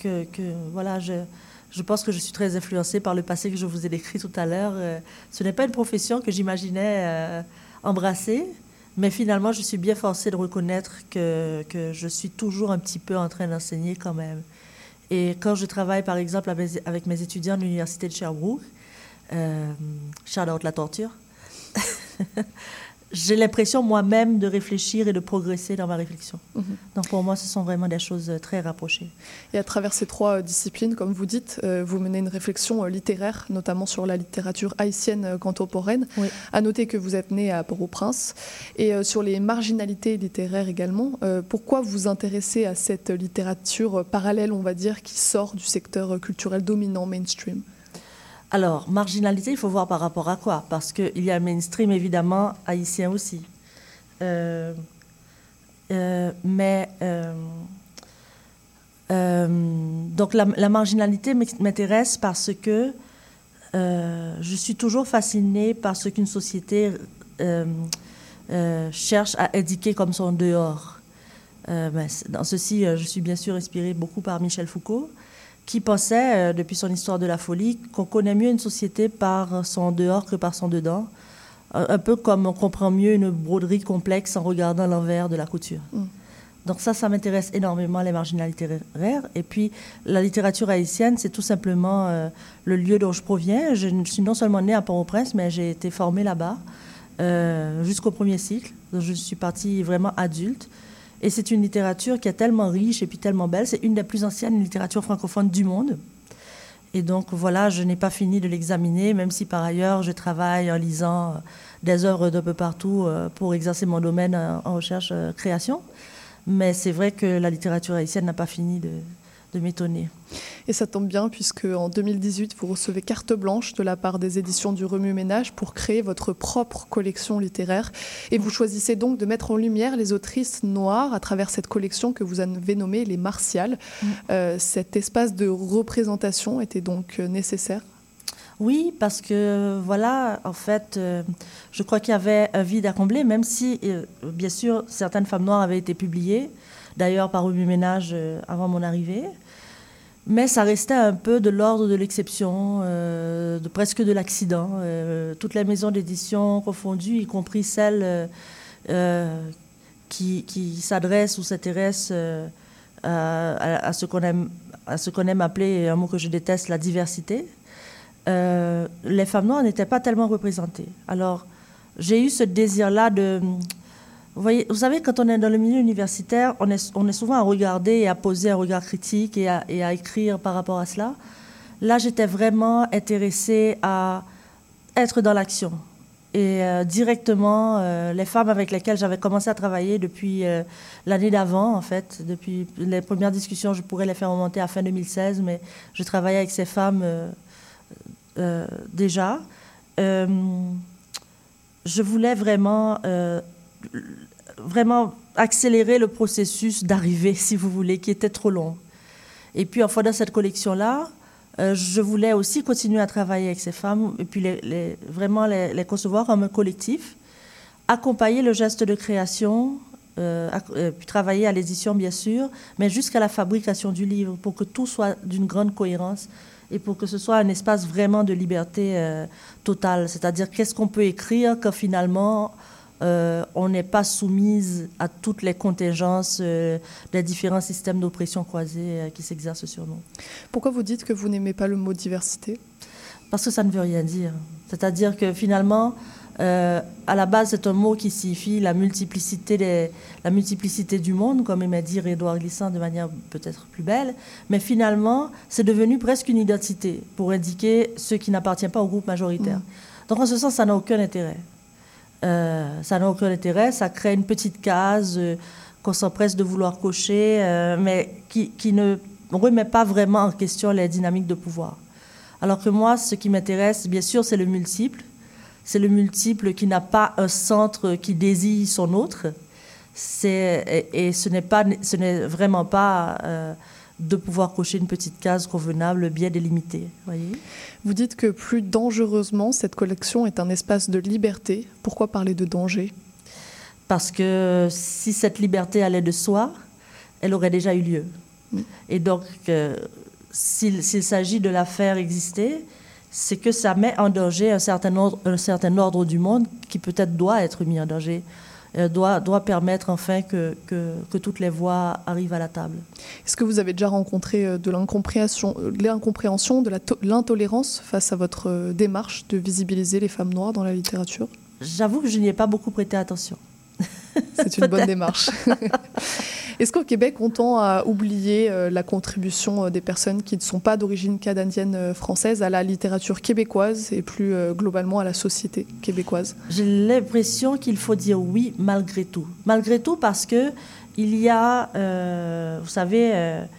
[SPEAKER 17] je pense que je suis très influencée par le passé que je vous ai décrit tout à l'heure. Ce n'est pas une profession que j'imaginais embrasser, mais finalement, je suis bien forcée de reconnaître que je suis toujours un petit peu en train d'enseigner quand même. Et quand je travaille, par exemple, avec mes étudiants de l'Université de Sherbrooke, shout out la torture, j'ai l'impression moi-même de réfléchir et de progresser dans ma réflexion. Donc pour moi, ce sont vraiment des choses très rapprochées.
[SPEAKER 5] Et à travers ces 3 disciplines, comme vous dites, vous menez une réflexion littéraire, notamment sur la littérature haïtienne contemporaine. Oui. À noter que vous êtes née à Port-au-Prince. Et sur les marginalités littéraires également, pourquoi vous intéressez à cette littérature parallèle, on va dire, qui sort du secteur culturel dominant mainstream ?
[SPEAKER 17] Alors, marginalité, il faut voir par rapport à quoi? Parce qu'il y a un mainstream, évidemment, haïtien aussi. Donc, la marginalité m'intéresse parce que je suis toujours fascinée par ce qu'une société cherche à indiquer comme son dehors. Dans ceci, je suis bien sûr inspirée beaucoup par Michel Foucault, qui pensait, depuis son histoire de la folie, qu'on connaît mieux une société par son dehors que par son dedans. Un peu comme on comprend mieux une broderie complexe en regardant l'envers de la couture. Donc ça m'intéresse énormément, les marginalités littéraires. Et puis, la littérature haïtienne, c'est tout simplement le lieu dont je proviens. Je suis non seulement née à Port-au-Prince, mais j'ai été formée là-bas jusqu'au premier cycle. Donc, je suis partie vraiment adulte. Et c'est une littérature qui est tellement riche et puis tellement belle. C'est une des plus anciennes littératures francophones du monde. Et donc, voilà, je n'ai pas fini de l'examiner, même si par ailleurs, je travaille en lisant des œuvres d'un peu partout pour exercer mon domaine en recherche-création. Mais c'est vrai que la littérature haïtienne n'a pas fini de m'étonner.
[SPEAKER 5] Et ça tombe bien, puisque en 2018, vous recevez carte blanche de la part des éditions du Remue-Ménage pour créer votre propre collection littéraire. Et vous choisissez donc de mettre en lumière les autrices noires à travers cette collection que vous avez nommée les Martiales. Cet espace de représentation était donc nécessaire?
[SPEAKER 17] Oui, parce que, voilà, en fait, je crois qu'il y avait un vide à combler, même si, bien sûr, certaines femmes noires avaient été publiées, d'ailleurs par Remue-Ménage avant mon arrivée, mais ça restait un peu de l'ordre de l'exception, presque de l'accident. Toutes les maisons d'édition confondues, y compris celles qui s'adressent ou s'intéressent à ce qu'on aime appeler, un mot que je déteste, la diversité. Les femmes noires n'étaient pas tellement représentées. Alors, j'ai eu ce désir-là de... Vous savez, quand on est dans le milieu universitaire, on est souvent à regarder et à poser un regard critique et à écrire par rapport à cela. Là, j'étais vraiment intéressée à être dans l'action. Et directement, les femmes avec lesquelles j'avais commencé à travailler depuis l'année d'avant, en fait, depuis les premières discussions, je pourrais les faire remonter à fin 2016, mais je travaillais avec ces femmes... déjà, je voulais vraiment accélérer le processus d'arrivée, si vous voulez, qui était trop long. Et puis, en faisant cette collection-là, je voulais aussi continuer à travailler avec ces femmes et puis vraiment les concevoir comme un collectif, accompagner le geste de création, puis travailler à l'édition, bien sûr, mais jusqu'à la fabrication du livre pour que tout soit d'une grande cohérence et pour que ce soit un espace vraiment de liberté totale. C'est-à-dire, qu'est-ce qu'on peut écrire quand finalement on n'est pas soumise à toutes les contingences des différents systèmes d'oppression croisés qui s'exercent sur nous.
[SPEAKER 5] Pourquoi vous dites que vous n'aimez pas le mot diversité?
[SPEAKER 17] Parce que ça ne veut rien dire. C'est-à-dire que finalement, à la base, c'est un mot qui signifie la multiplicité du monde, comme aimait dire Édouard Glissant de manière peut-être plus belle. Mais finalement, c'est devenu presque une identité pour indiquer ce qui n'appartient pas au groupe majoritaire. Donc, en ce sens, ça n'a aucun intérêt. Ça crée une petite case qu'on s'empresse de vouloir cocher, mais qui ne remet pas vraiment en question les dynamiques de pouvoir. Alors que moi, ce qui m'intéresse, bien sûr, c'est le multiple. C'est le multiple qui n'a pas un centre qui désire son autre. Et ce n'est vraiment pas de pouvoir cocher une petite case convenable, bien délimitée. Voyez ?
[SPEAKER 5] Vous dites que plus dangereusement, cette collection est un espace de liberté. Pourquoi parler de danger ?
[SPEAKER 17] Parce que si cette liberté allait de soi, elle aurait déjà eu lieu. Et donc, s'il s'agit de la faire exister, c'est que ça met en danger un certain ordre du monde qui peut-être doit être mis en danger, doit permettre enfin que toutes les voix arrivent à la table.
[SPEAKER 5] Est-ce que vous avez déjà rencontré de l'incompréhension, de l'intolérance face à votre démarche de visibiliser les femmes noires dans la littérature ?
[SPEAKER 17] J'avoue que je n'y ai pas beaucoup prêté attention.
[SPEAKER 5] C'est une bonne démarche. Est-ce qu'au Québec, on tend à oublier la contribution des personnes qui ne sont pas d'origine canadienne française à la littérature québécoise et plus globalement à la société québécoise ?
[SPEAKER 17] J'ai l'impression qu'il faut dire oui malgré tout. Malgré tout parce que il y a, vous savez,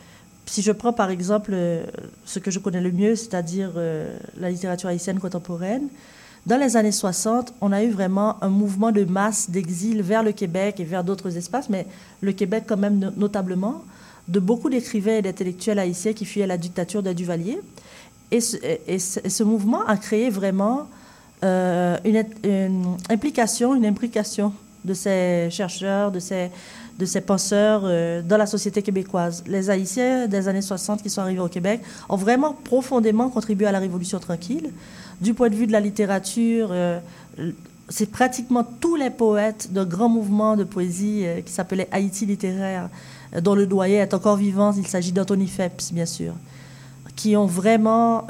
[SPEAKER 17] Si je prends par exemple ce que je connais le mieux, c'est-à-dire la littérature haïtienne contemporaine, dans les années 60, on a eu vraiment un mouvement de masse d'exil vers le Québec et vers d'autres espaces, mais le Québec quand même notablement, de beaucoup d'écrivains et d'intellectuels haïtiens qui fuyaient la dictature de Duvalier. Et ce mouvement a créé vraiment une implication de ces chercheurs, de ces penseurs dans la société québécoise. Les Haïtiens des années 60 qui sont arrivés au Québec ont vraiment profondément contribué à la Révolution tranquille. Du point de vue de la littérature, c'est pratiquement tous les poètes de grands mouvements de poésie qui s'appelaient Haïti littéraire, dont le doyen est encore vivant, il s'agit d'Anthony Phelps, bien sûr, qui ont vraiment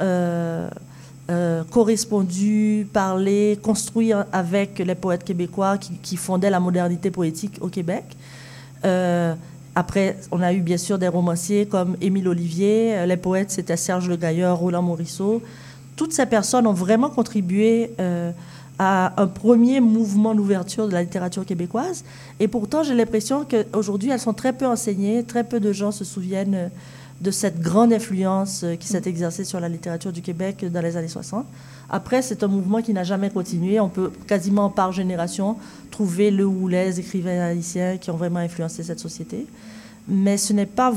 [SPEAKER 17] correspondu, parlé, construit avec les poètes québécois qui fondaient la modernité poétique au Québec. Après, on a eu bien sûr des romanciers comme Émile Olivier, les poètes c'était Serge Le Gailleur, Roland Morisseau. Toutes ces personnes ont vraiment contribué à un premier mouvement d'ouverture de la littérature québécoise. Et pourtant, j'ai l'impression qu'aujourd'hui, elles sont très peu enseignées, très peu de gens se souviennent de cette grande influence qui s'est exercée sur la littérature du Québec dans les années 60. Après, c'est un mouvement qui n'a jamais continué. On peut quasiment par génération trouver le ou les écrivains haïtiens qui ont vraiment influencé cette société. Mais ce n'est pas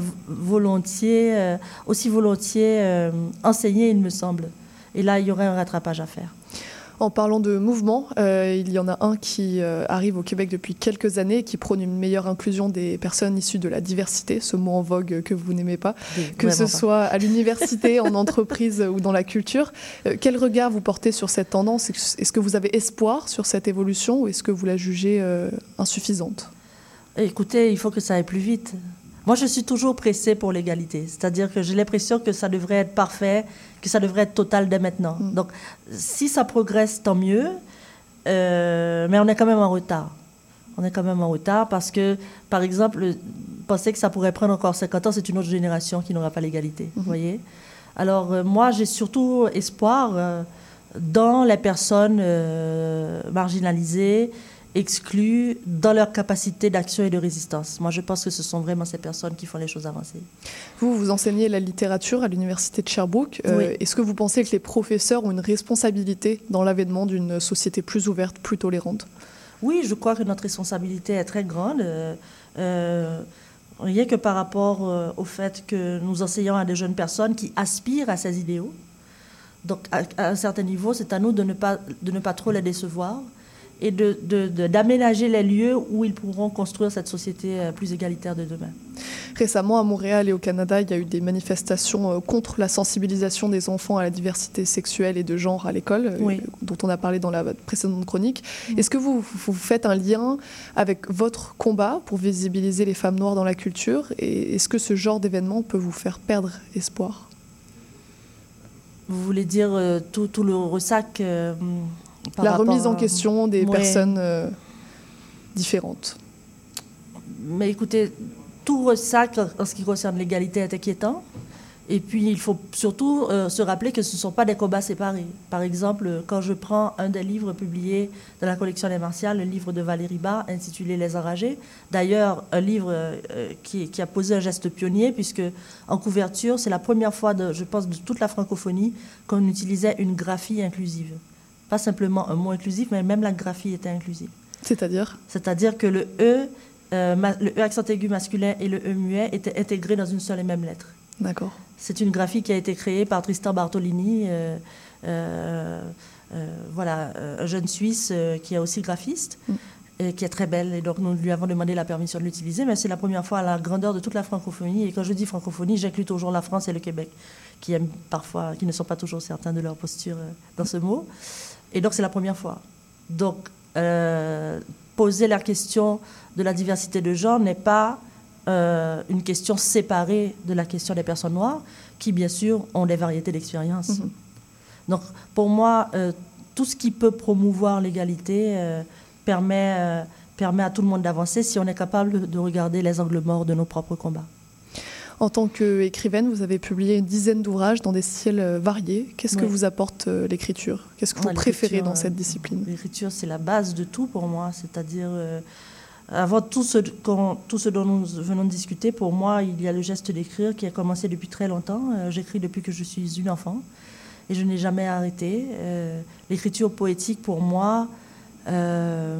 [SPEAKER 17] aussi volontiers enseigné, il me semble. Et là, il y aurait un rattrapage à faire.
[SPEAKER 5] En parlant de mouvement, il y en a un qui arrive au Québec depuis quelques années et qui prône une meilleure inclusion des personnes issues de la diversité, ce mot en vogue que vous n'aimez pas, que ce soit à l'université, en entreprise ou dans la culture. Quel regard vous portez sur cette tendance ? Est-ce que vous avez espoir sur cette évolution ou est-ce que vous la jugez insuffisante ?
[SPEAKER 17] Écoutez, il faut que ça aille plus vite. Moi, je suis toujours pressée pour l'égalité. C'est-à-dire que j'ai l'impression que ça devrait être parfait, que ça devrait être total dès maintenant. Donc, si ça progresse, tant mieux. Mais on est quand même en retard. On est quand même en retard parce que, par exemple, penser que ça pourrait prendre encore 50 ans, c'est une autre génération qui n'aura pas l'égalité. Vous voyez ? Alors, moi, j'ai surtout espoir dans les personnes marginalisées, exclus dans leur capacité d'action et de résistance. Moi, je pense que ce sont vraiment ces personnes qui font les choses avancer.
[SPEAKER 5] Vous enseignez la littérature à l'Université de Sherbrooke.
[SPEAKER 17] Oui.
[SPEAKER 5] Est-ce que vous pensez que les professeurs ont une responsabilité dans l'avènement d'une société plus ouverte, plus tolérante ?
[SPEAKER 17] Oui, je crois que notre responsabilité est très grande. Rien que par rapport au fait que nous enseignons à des jeunes personnes qui aspirent à ces idéaux. Donc, à un certain niveau, c'est à nous de ne pas trop les décevoir et d'aménager les lieux où ils pourront construire cette société plus égalitaire de demain.
[SPEAKER 5] Récemment, à Montréal et au Canada, il y a eu des manifestations contre la sensibilisation des enfants à la diversité sexuelle et de genre à l'école,
[SPEAKER 17] oui,
[SPEAKER 5] dont on a parlé dans la précédente chronique. Est-ce que vous faites un lien avec votre combat pour visibiliser les femmes noires dans la culture et est-ce que ce genre d'événement peut vous faire perdre espoir ?
[SPEAKER 17] Vous voulez dire tout le ressac
[SPEAKER 5] la remise en question des personnes différentes.
[SPEAKER 17] Mais écoutez, tout ressac en ce qui concerne l'égalité est inquiétant. Et puis, il faut surtout se rappeler que ce ne sont pas des combats séparés. Par exemple, quand je prends un des livres publiés dans la collection des Martiales, le livre de Valérie Bas, intitulé « Les Enragés », d'ailleurs, un livre qui a posé un geste pionnier, puisque en couverture, c'est la première fois, je pense, de toute la francophonie, qu'on utilisait une graphie inclusive. Pas simplement un mot inclusif, mais même la graphie était inclusive.
[SPEAKER 5] C'est-à-dire ?
[SPEAKER 17] C'est-à-dire que le E accent aigu masculin et le E muet étaient intégrés dans une seule et même lettre.
[SPEAKER 5] D'accord.
[SPEAKER 17] C'est une graphie qui a été créée par Tristan Bartolini, un jeune Suisse qui est aussi graphiste, et qui est très belle. Et donc, nous lui avons demandé la permission de l'utiliser, mais c'est la première fois à la grandeur de toute la francophonie. Et quand je dis francophonie, j'inclus toujours la France et le Québec, qui ne sont pas toujours certains de leur posture dans ce mot. Et donc, c'est la première fois. Donc, poser la question de la diversité de genre n'est pas une question séparée de la question des personnes noires, qui, bien sûr, ont des variétés d'expériences. Donc, pour moi, tout ce qui peut promouvoir l'égalité permet à tout le monde d'avancer si on est capable de regarder les angles morts de nos propres combats.
[SPEAKER 5] En tant qu'écrivaine, vous avez publié une dizaine d'ouvrages dans des styles variés. Qu'est-ce que vous apporte l'écriture ? Qu'est-ce que vous préférez dans cette discipline ?
[SPEAKER 17] L'écriture, c'est la base de tout pour moi. C'est-à-dire, Avant tout ce dont nous venons de discuter, pour moi, il y a le geste d'écrire qui a commencé depuis très longtemps. J'écris depuis que je suis une enfant et je n'ai jamais arrêté. L'écriture poétique, pour moi, je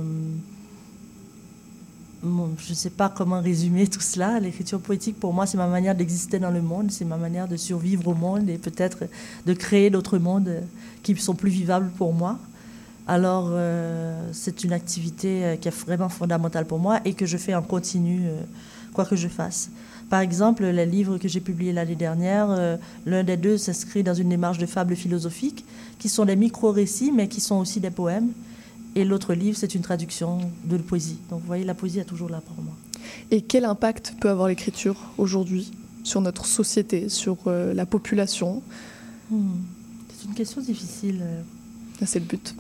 [SPEAKER 17] ne sais pas comment résumer tout cela. L'écriture poétique, pour moi, c'est ma manière d'exister dans le monde, c'est ma manière de survivre au monde et peut-être de créer d'autres mondes qui sont plus vivables pour moi. Alors, c'est une activité qui est vraiment fondamentale pour moi et que je fais en continu, quoi que je fasse. Par exemple, les livres que j'ai publiés l'année dernière, l'un des deux s'inscrit dans une démarche de fables philosophiques, qui sont des micro-récits, mais qui sont aussi des poèmes. Et l'autre livre, c'est une traduction de la poésie. Donc, vous voyez, la poésie est toujours là pour moi.
[SPEAKER 5] Et quel impact peut avoir l'écriture aujourd'hui sur notre société, sur la population ?
[SPEAKER 17] C'est une question difficile.
[SPEAKER 5] C'est le but.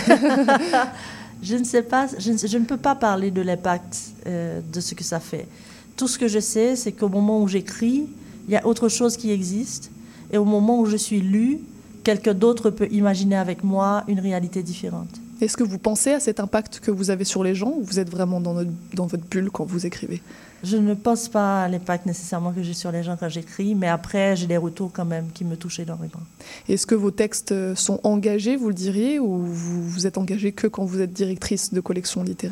[SPEAKER 17] Je ne sais pas, je ne peux pas parler de l'impact de ce que ça fait. Tout ce que je sais, c'est qu'au moment où j'écris, il y a autre chose qui existe. Et au moment où je suis lue, quelqu'un d'autre peut imaginer avec moi une réalité différente.
[SPEAKER 5] Est-ce que vous pensez à cet impact que vous avez sur les gens ou vous êtes vraiment dans votre bulle quand vous écrivez ?
[SPEAKER 17] Je ne pense pas à l'impact nécessairement que j'ai sur les gens quand j'écris, mais après, j'ai des retours quand même qui me touchent énormément.
[SPEAKER 5] Est-ce que vos textes sont engagés, vous le diriez, ou vous êtes engagée que quand vous êtes directrice de collection littéraire ?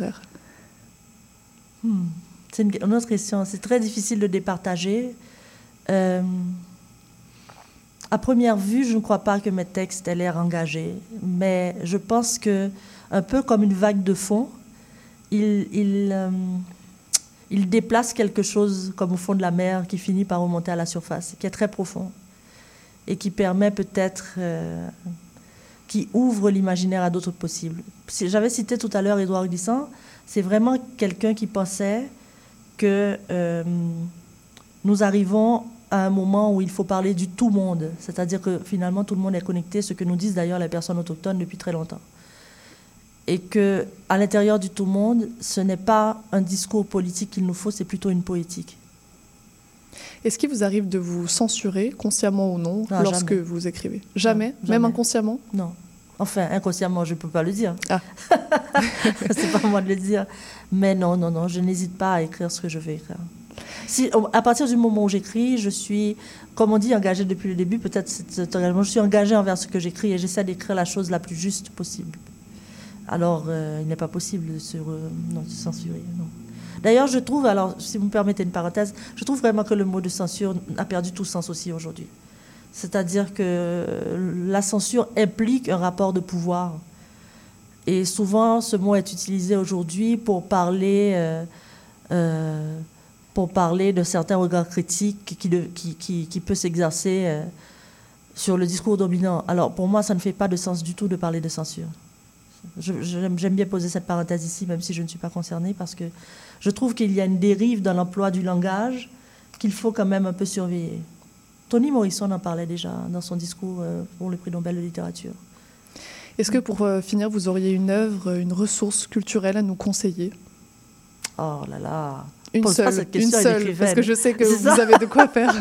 [SPEAKER 17] C'est une autre question. C'est très difficile de départager. À première vue, je ne crois pas que mes textes aient l'air engagés, mais je pense que, un peu comme une vague de fond, il déplace quelque chose comme au fond de la mer qui finit par remonter à la surface, qui est très profond et qui permet peut-être, qui ouvre l'imaginaire à d'autres possibles. J'avais cité tout à l'heure Édouard Glissant, c'est vraiment quelqu'un qui pensait que nous arrivons à un moment où il faut parler du tout monde, c'est-à-dire que finalement tout le monde est connecté, ce que nous disent d'ailleurs les personnes autochtones depuis très longtemps. Et qu'à l'intérieur du tout monde, ce n'est pas un discours politique qu'il nous faut, c'est plutôt une poétique.
[SPEAKER 5] Est-ce qu'il vous arrive de vous censurer, consciemment ou non, lorsque
[SPEAKER 17] jamais.
[SPEAKER 5] vous écrivez ? Jamais ?
[SPEAKER 17] Non,
[SPEAKER 5] Même inconsciemment ?
[SPEAKER 17] Non. Enfin, inconsciemment, je ne peux pas le dire.
[SPEAKER 5] Ah.
[SPEAKER 17] C'est pas moi de le dire. Mais non, je n'hésite pas à écrire ce que je vais écrire. Si, à partir du moment où j'écris, je suis, comme on dit, engagée depuis le début, peut-être je suis engagée envers ce que j'écris et j'essaie d'écrire la chose la plus juste possible. Alors, il n'est pas possible de se censurer. Non. D'ailleurs, je trouve, alors, si vous me permettez une parenthèse, je trouve vraiment que le mot de censure a perdu tout sens aussi aujourd'hui. C'est-à-dire que la censure implique un rapport de pouvoir. Et souvent, ce mot est utilisé aujourd'hui pour parler de certains regards critiques qui peut s'exercer sur le discours dominant. Alors, pour moi, ça ne fait pas de sens du tout de parler de censure. J'aime bien poser cette parenthèse ici, même si je ne suis pas concernée, parce que je trouve qu'il y a une dérive dans l'emploi du langage qu'il faut quand même un peu surveiller. Toni Morrison en parlait déjà dans son discours pour le prix Nobel de littérature.
[SPEAKER 5] Est-ce que pour finir, vous auriez une œuvre, une ressource culturelle à nous conseiller ?
[SPEAKER 17] Oh là là,
[SPEAKER 5] une seule, parce que je sais que vous avez de quoi faire.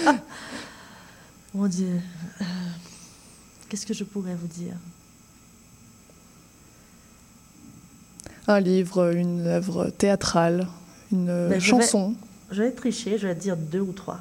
[SPEAKER 17] Mon Dieu, qu'est-ce que je pourrais vous dire ?
[SPEAKER 5] Un livre, une œuvre théâtrale, une chanson.
[SPEAKER 17] Je vais tricher, je vais dire 2 ou 3.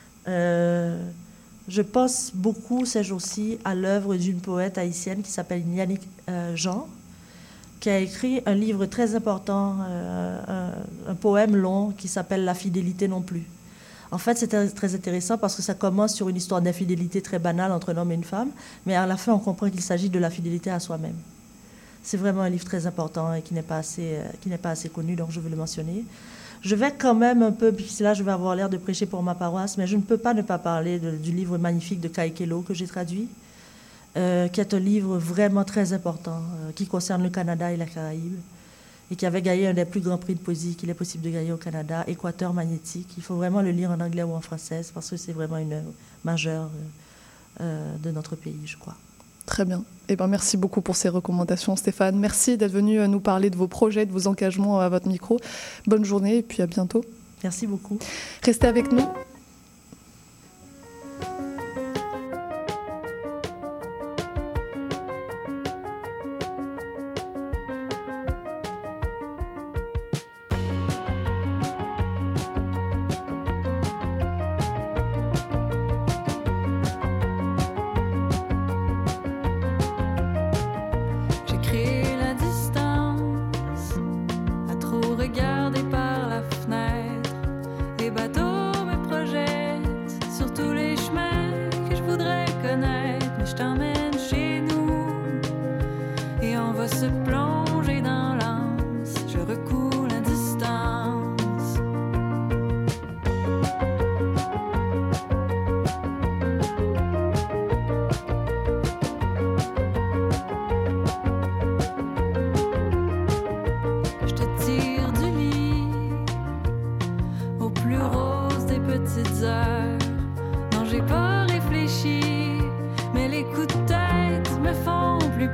[SPEAKER 17] Je pense beaucoup ces jours-ci à l'œuvre d'une poète haïtienne qui s'appelle Yannick Jean, qui a écrit un livre très important, un poème long qui s'appelle « La fidélité non plus ». En fait, c'est très intéressant parce que ça commence sur une histoire d'infidélité très banale entre un homme et une femme, mais à la fin, on comprend qu'il s'agit de la fidélité à soi-même. C'est vraiment un livre très important et qui n'est pas assez connu, donc je veux le mentionner. Je vais quand même un peu, puis là je vais avoir l'air de prêcher pour ma paroisse, mais je ne peux pas ne pas parler du livre magnifique de Kaikelo que j'ai traduit, qui est un livre vraiment très important, qui concerne le Canada et la Caraïbe, et qui avait gagné un des plus grands prix de poésie qu'il est possible de gagner au Canada, Équateur magnétique. Il faut vraiment le lire en anglais ou en français, parce que c'est vraiment une œuvre majeure de notre pays, je crois.
[SPEAKER 5] Très bien. Eh ben, merci beaucoup pour ces recommandations, Stéphane. Merci d'être venu nous parler de vos projets, de vos engagements à votre micro. Bonne journée et puis à bientôt.
[SPEAKER 17] Merci beaucoup.
[SPEAKER 5] Restez avec nous.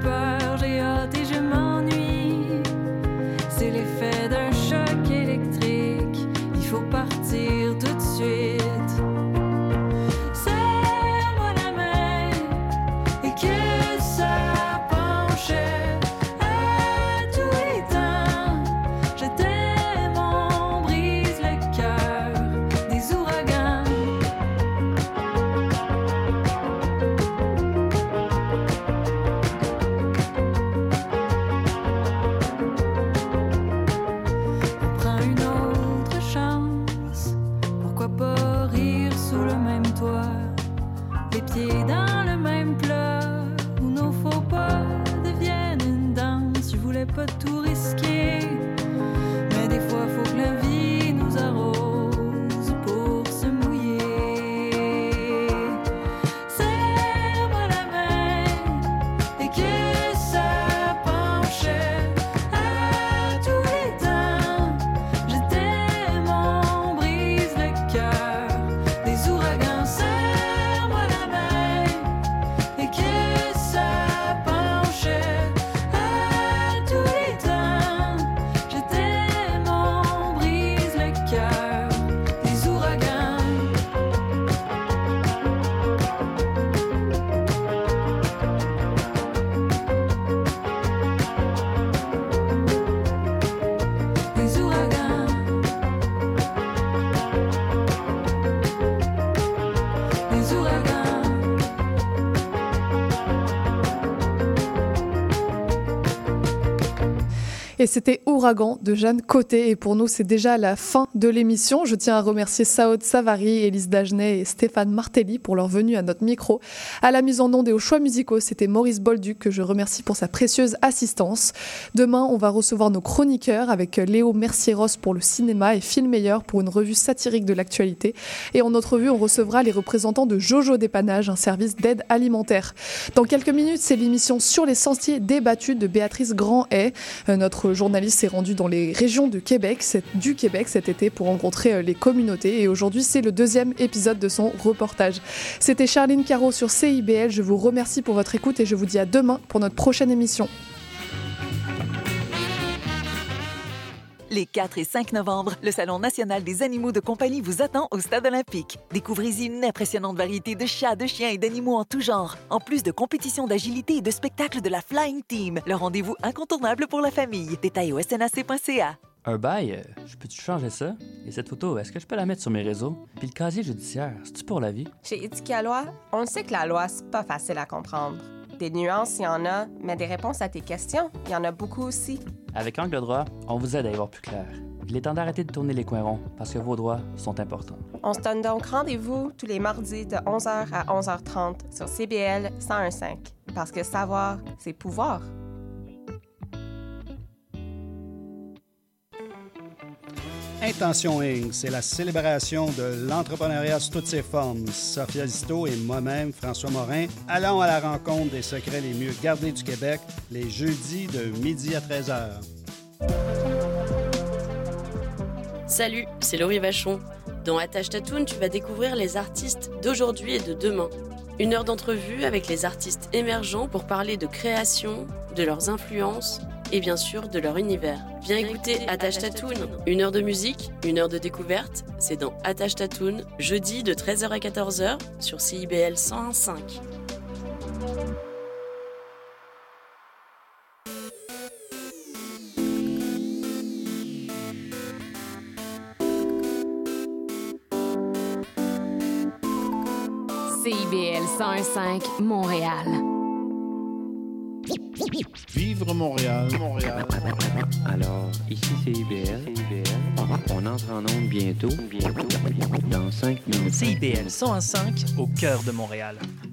[SPEAKER 8] peur, j'ai hâte et je m'ennuie. C'est l'effet d'un choc électrique, il faut partir tout de suite. Serre-moi la main et que ça penche à tous les temps. Je t'aime, on brise le cœur des ouragans. On prend une autre chance. Pourquoi pas rire sous le même toit, les pieds dans le même plat, où nos faux pas deviennent une danse. Je voulais pas tout risquer, mais des fois faut que la vie nous arrose pour se mouiller. Serre-moi la main et que ça penche à tous les temps. Je t'aime, on brise le cœur des ouragans. Serre-moi la main et que ça penche à tous les temps. Je t'aime, on brise le cœur des ouragans. Des ouragans. Des ouragans.
[SPEAKER 5] Et c'était Ouragan de Jeanne Côté. Et pour nous, c'est déjà la fin de l'émission. Je tiens à remercier Saud Savary, Élise Dagenet et Stéphane Martelly pour leur venue à notre micro. À la mise en onde et aux choix musicaux, c'était Maurice Bolduc que je remercie pour sa précieuse assistance. Demain, on va recevoir nos chroniqueurs avec Léo Mercier-Ross pour le cinéma et Phil Meyer pour une revue satirique de l'actualité. Et en autre vue, on recevra les représentants de Jojo Dépannage, un service d'aide alimentaire. Dans quelques minutes, c'est l'émission Sur les sentiers débattus de Béatrice Grand-Hay. Notre journaliste s'est rendu dans les régions du Québec cet été pour rencontrer les communautés. Et aujourd'hui, c'est le deuxième épisode de son reportage. C'était Charline Caro sur CIBL. Je vous remercie pour votre écoute et je vous dis à demain pour notre prochaine émission.
[SPEAKER 11] Les 4 et 5 novembre, le Salon national des animaux de compagnie vous attend au Stade olympique. Découvrez-y une impressionnante variété de chats, de chiens et d'animaux en tout genre, en plus de compétitions d'agilité et de spectacles de la Flying Team. Le rendez-vous incontournable pour la famille. Détails au snac.ca.
[SPEAKER 18] Un bail, je peux-tu changer ça? Et cette photo, est-ce que je peux la mettre sur mes réseaux? Puis le casier judiciaire, c'est-tu pour la vie?
[SPEAKER 19] Chez Éthique à loi, on le sait que la loi, c'est pas facile à comprendre. Des nuances, il y en a, mais des réponses à tes questions, il y en a beaucoup aussi.
[SPEAKER 18] Avec Angle droit, on vous aide à y voir plus clair. Il est temps d'arrêter de tourner les coins ronds, parce que vos droits sont importants.
[SPEAKER 19] On se donne donc rendez-vous tous les mardis de 11h à 11h30 sur CBL 101.5. Parce que savoir, c'est pouvoir.
[SPEAKER 20] Intention Inc., c'est la célébration de l'entrepreneuriat sous toutes ses formes. Sophia Zito et moi-même, François Morin, allons à la rencontre des secrets les mieux gardés du Québec les jeudis de midi à 13h.
[SPEAKER 21] Salut, c'est Laurie Vachon. Dans Attache Tatoune, tu vas découvrir les artistes d'aujourd'hui et de demain. 1 heure d'entrevue avec les artistes émergents pour parler de création, de leurs influences et bien sûr de leur univers. Viens écouter Attache Tatoune. 1 heure de musique, 1 heure de découverte. C'est dans Attache Tatoune, jeudi de 13h à 14h sur CIBL 101.5.
[SPEAKER 1] CIBL 101.5 Montréal.
[SPEAKER 22] Vivre Montréal.
[SPEAKER 23] Alors, ici CIBL. On entre en onde bientôt. Dans 5 minutes.
[SPEAKER 24] CIBL 101.5 au cœur de Montréal.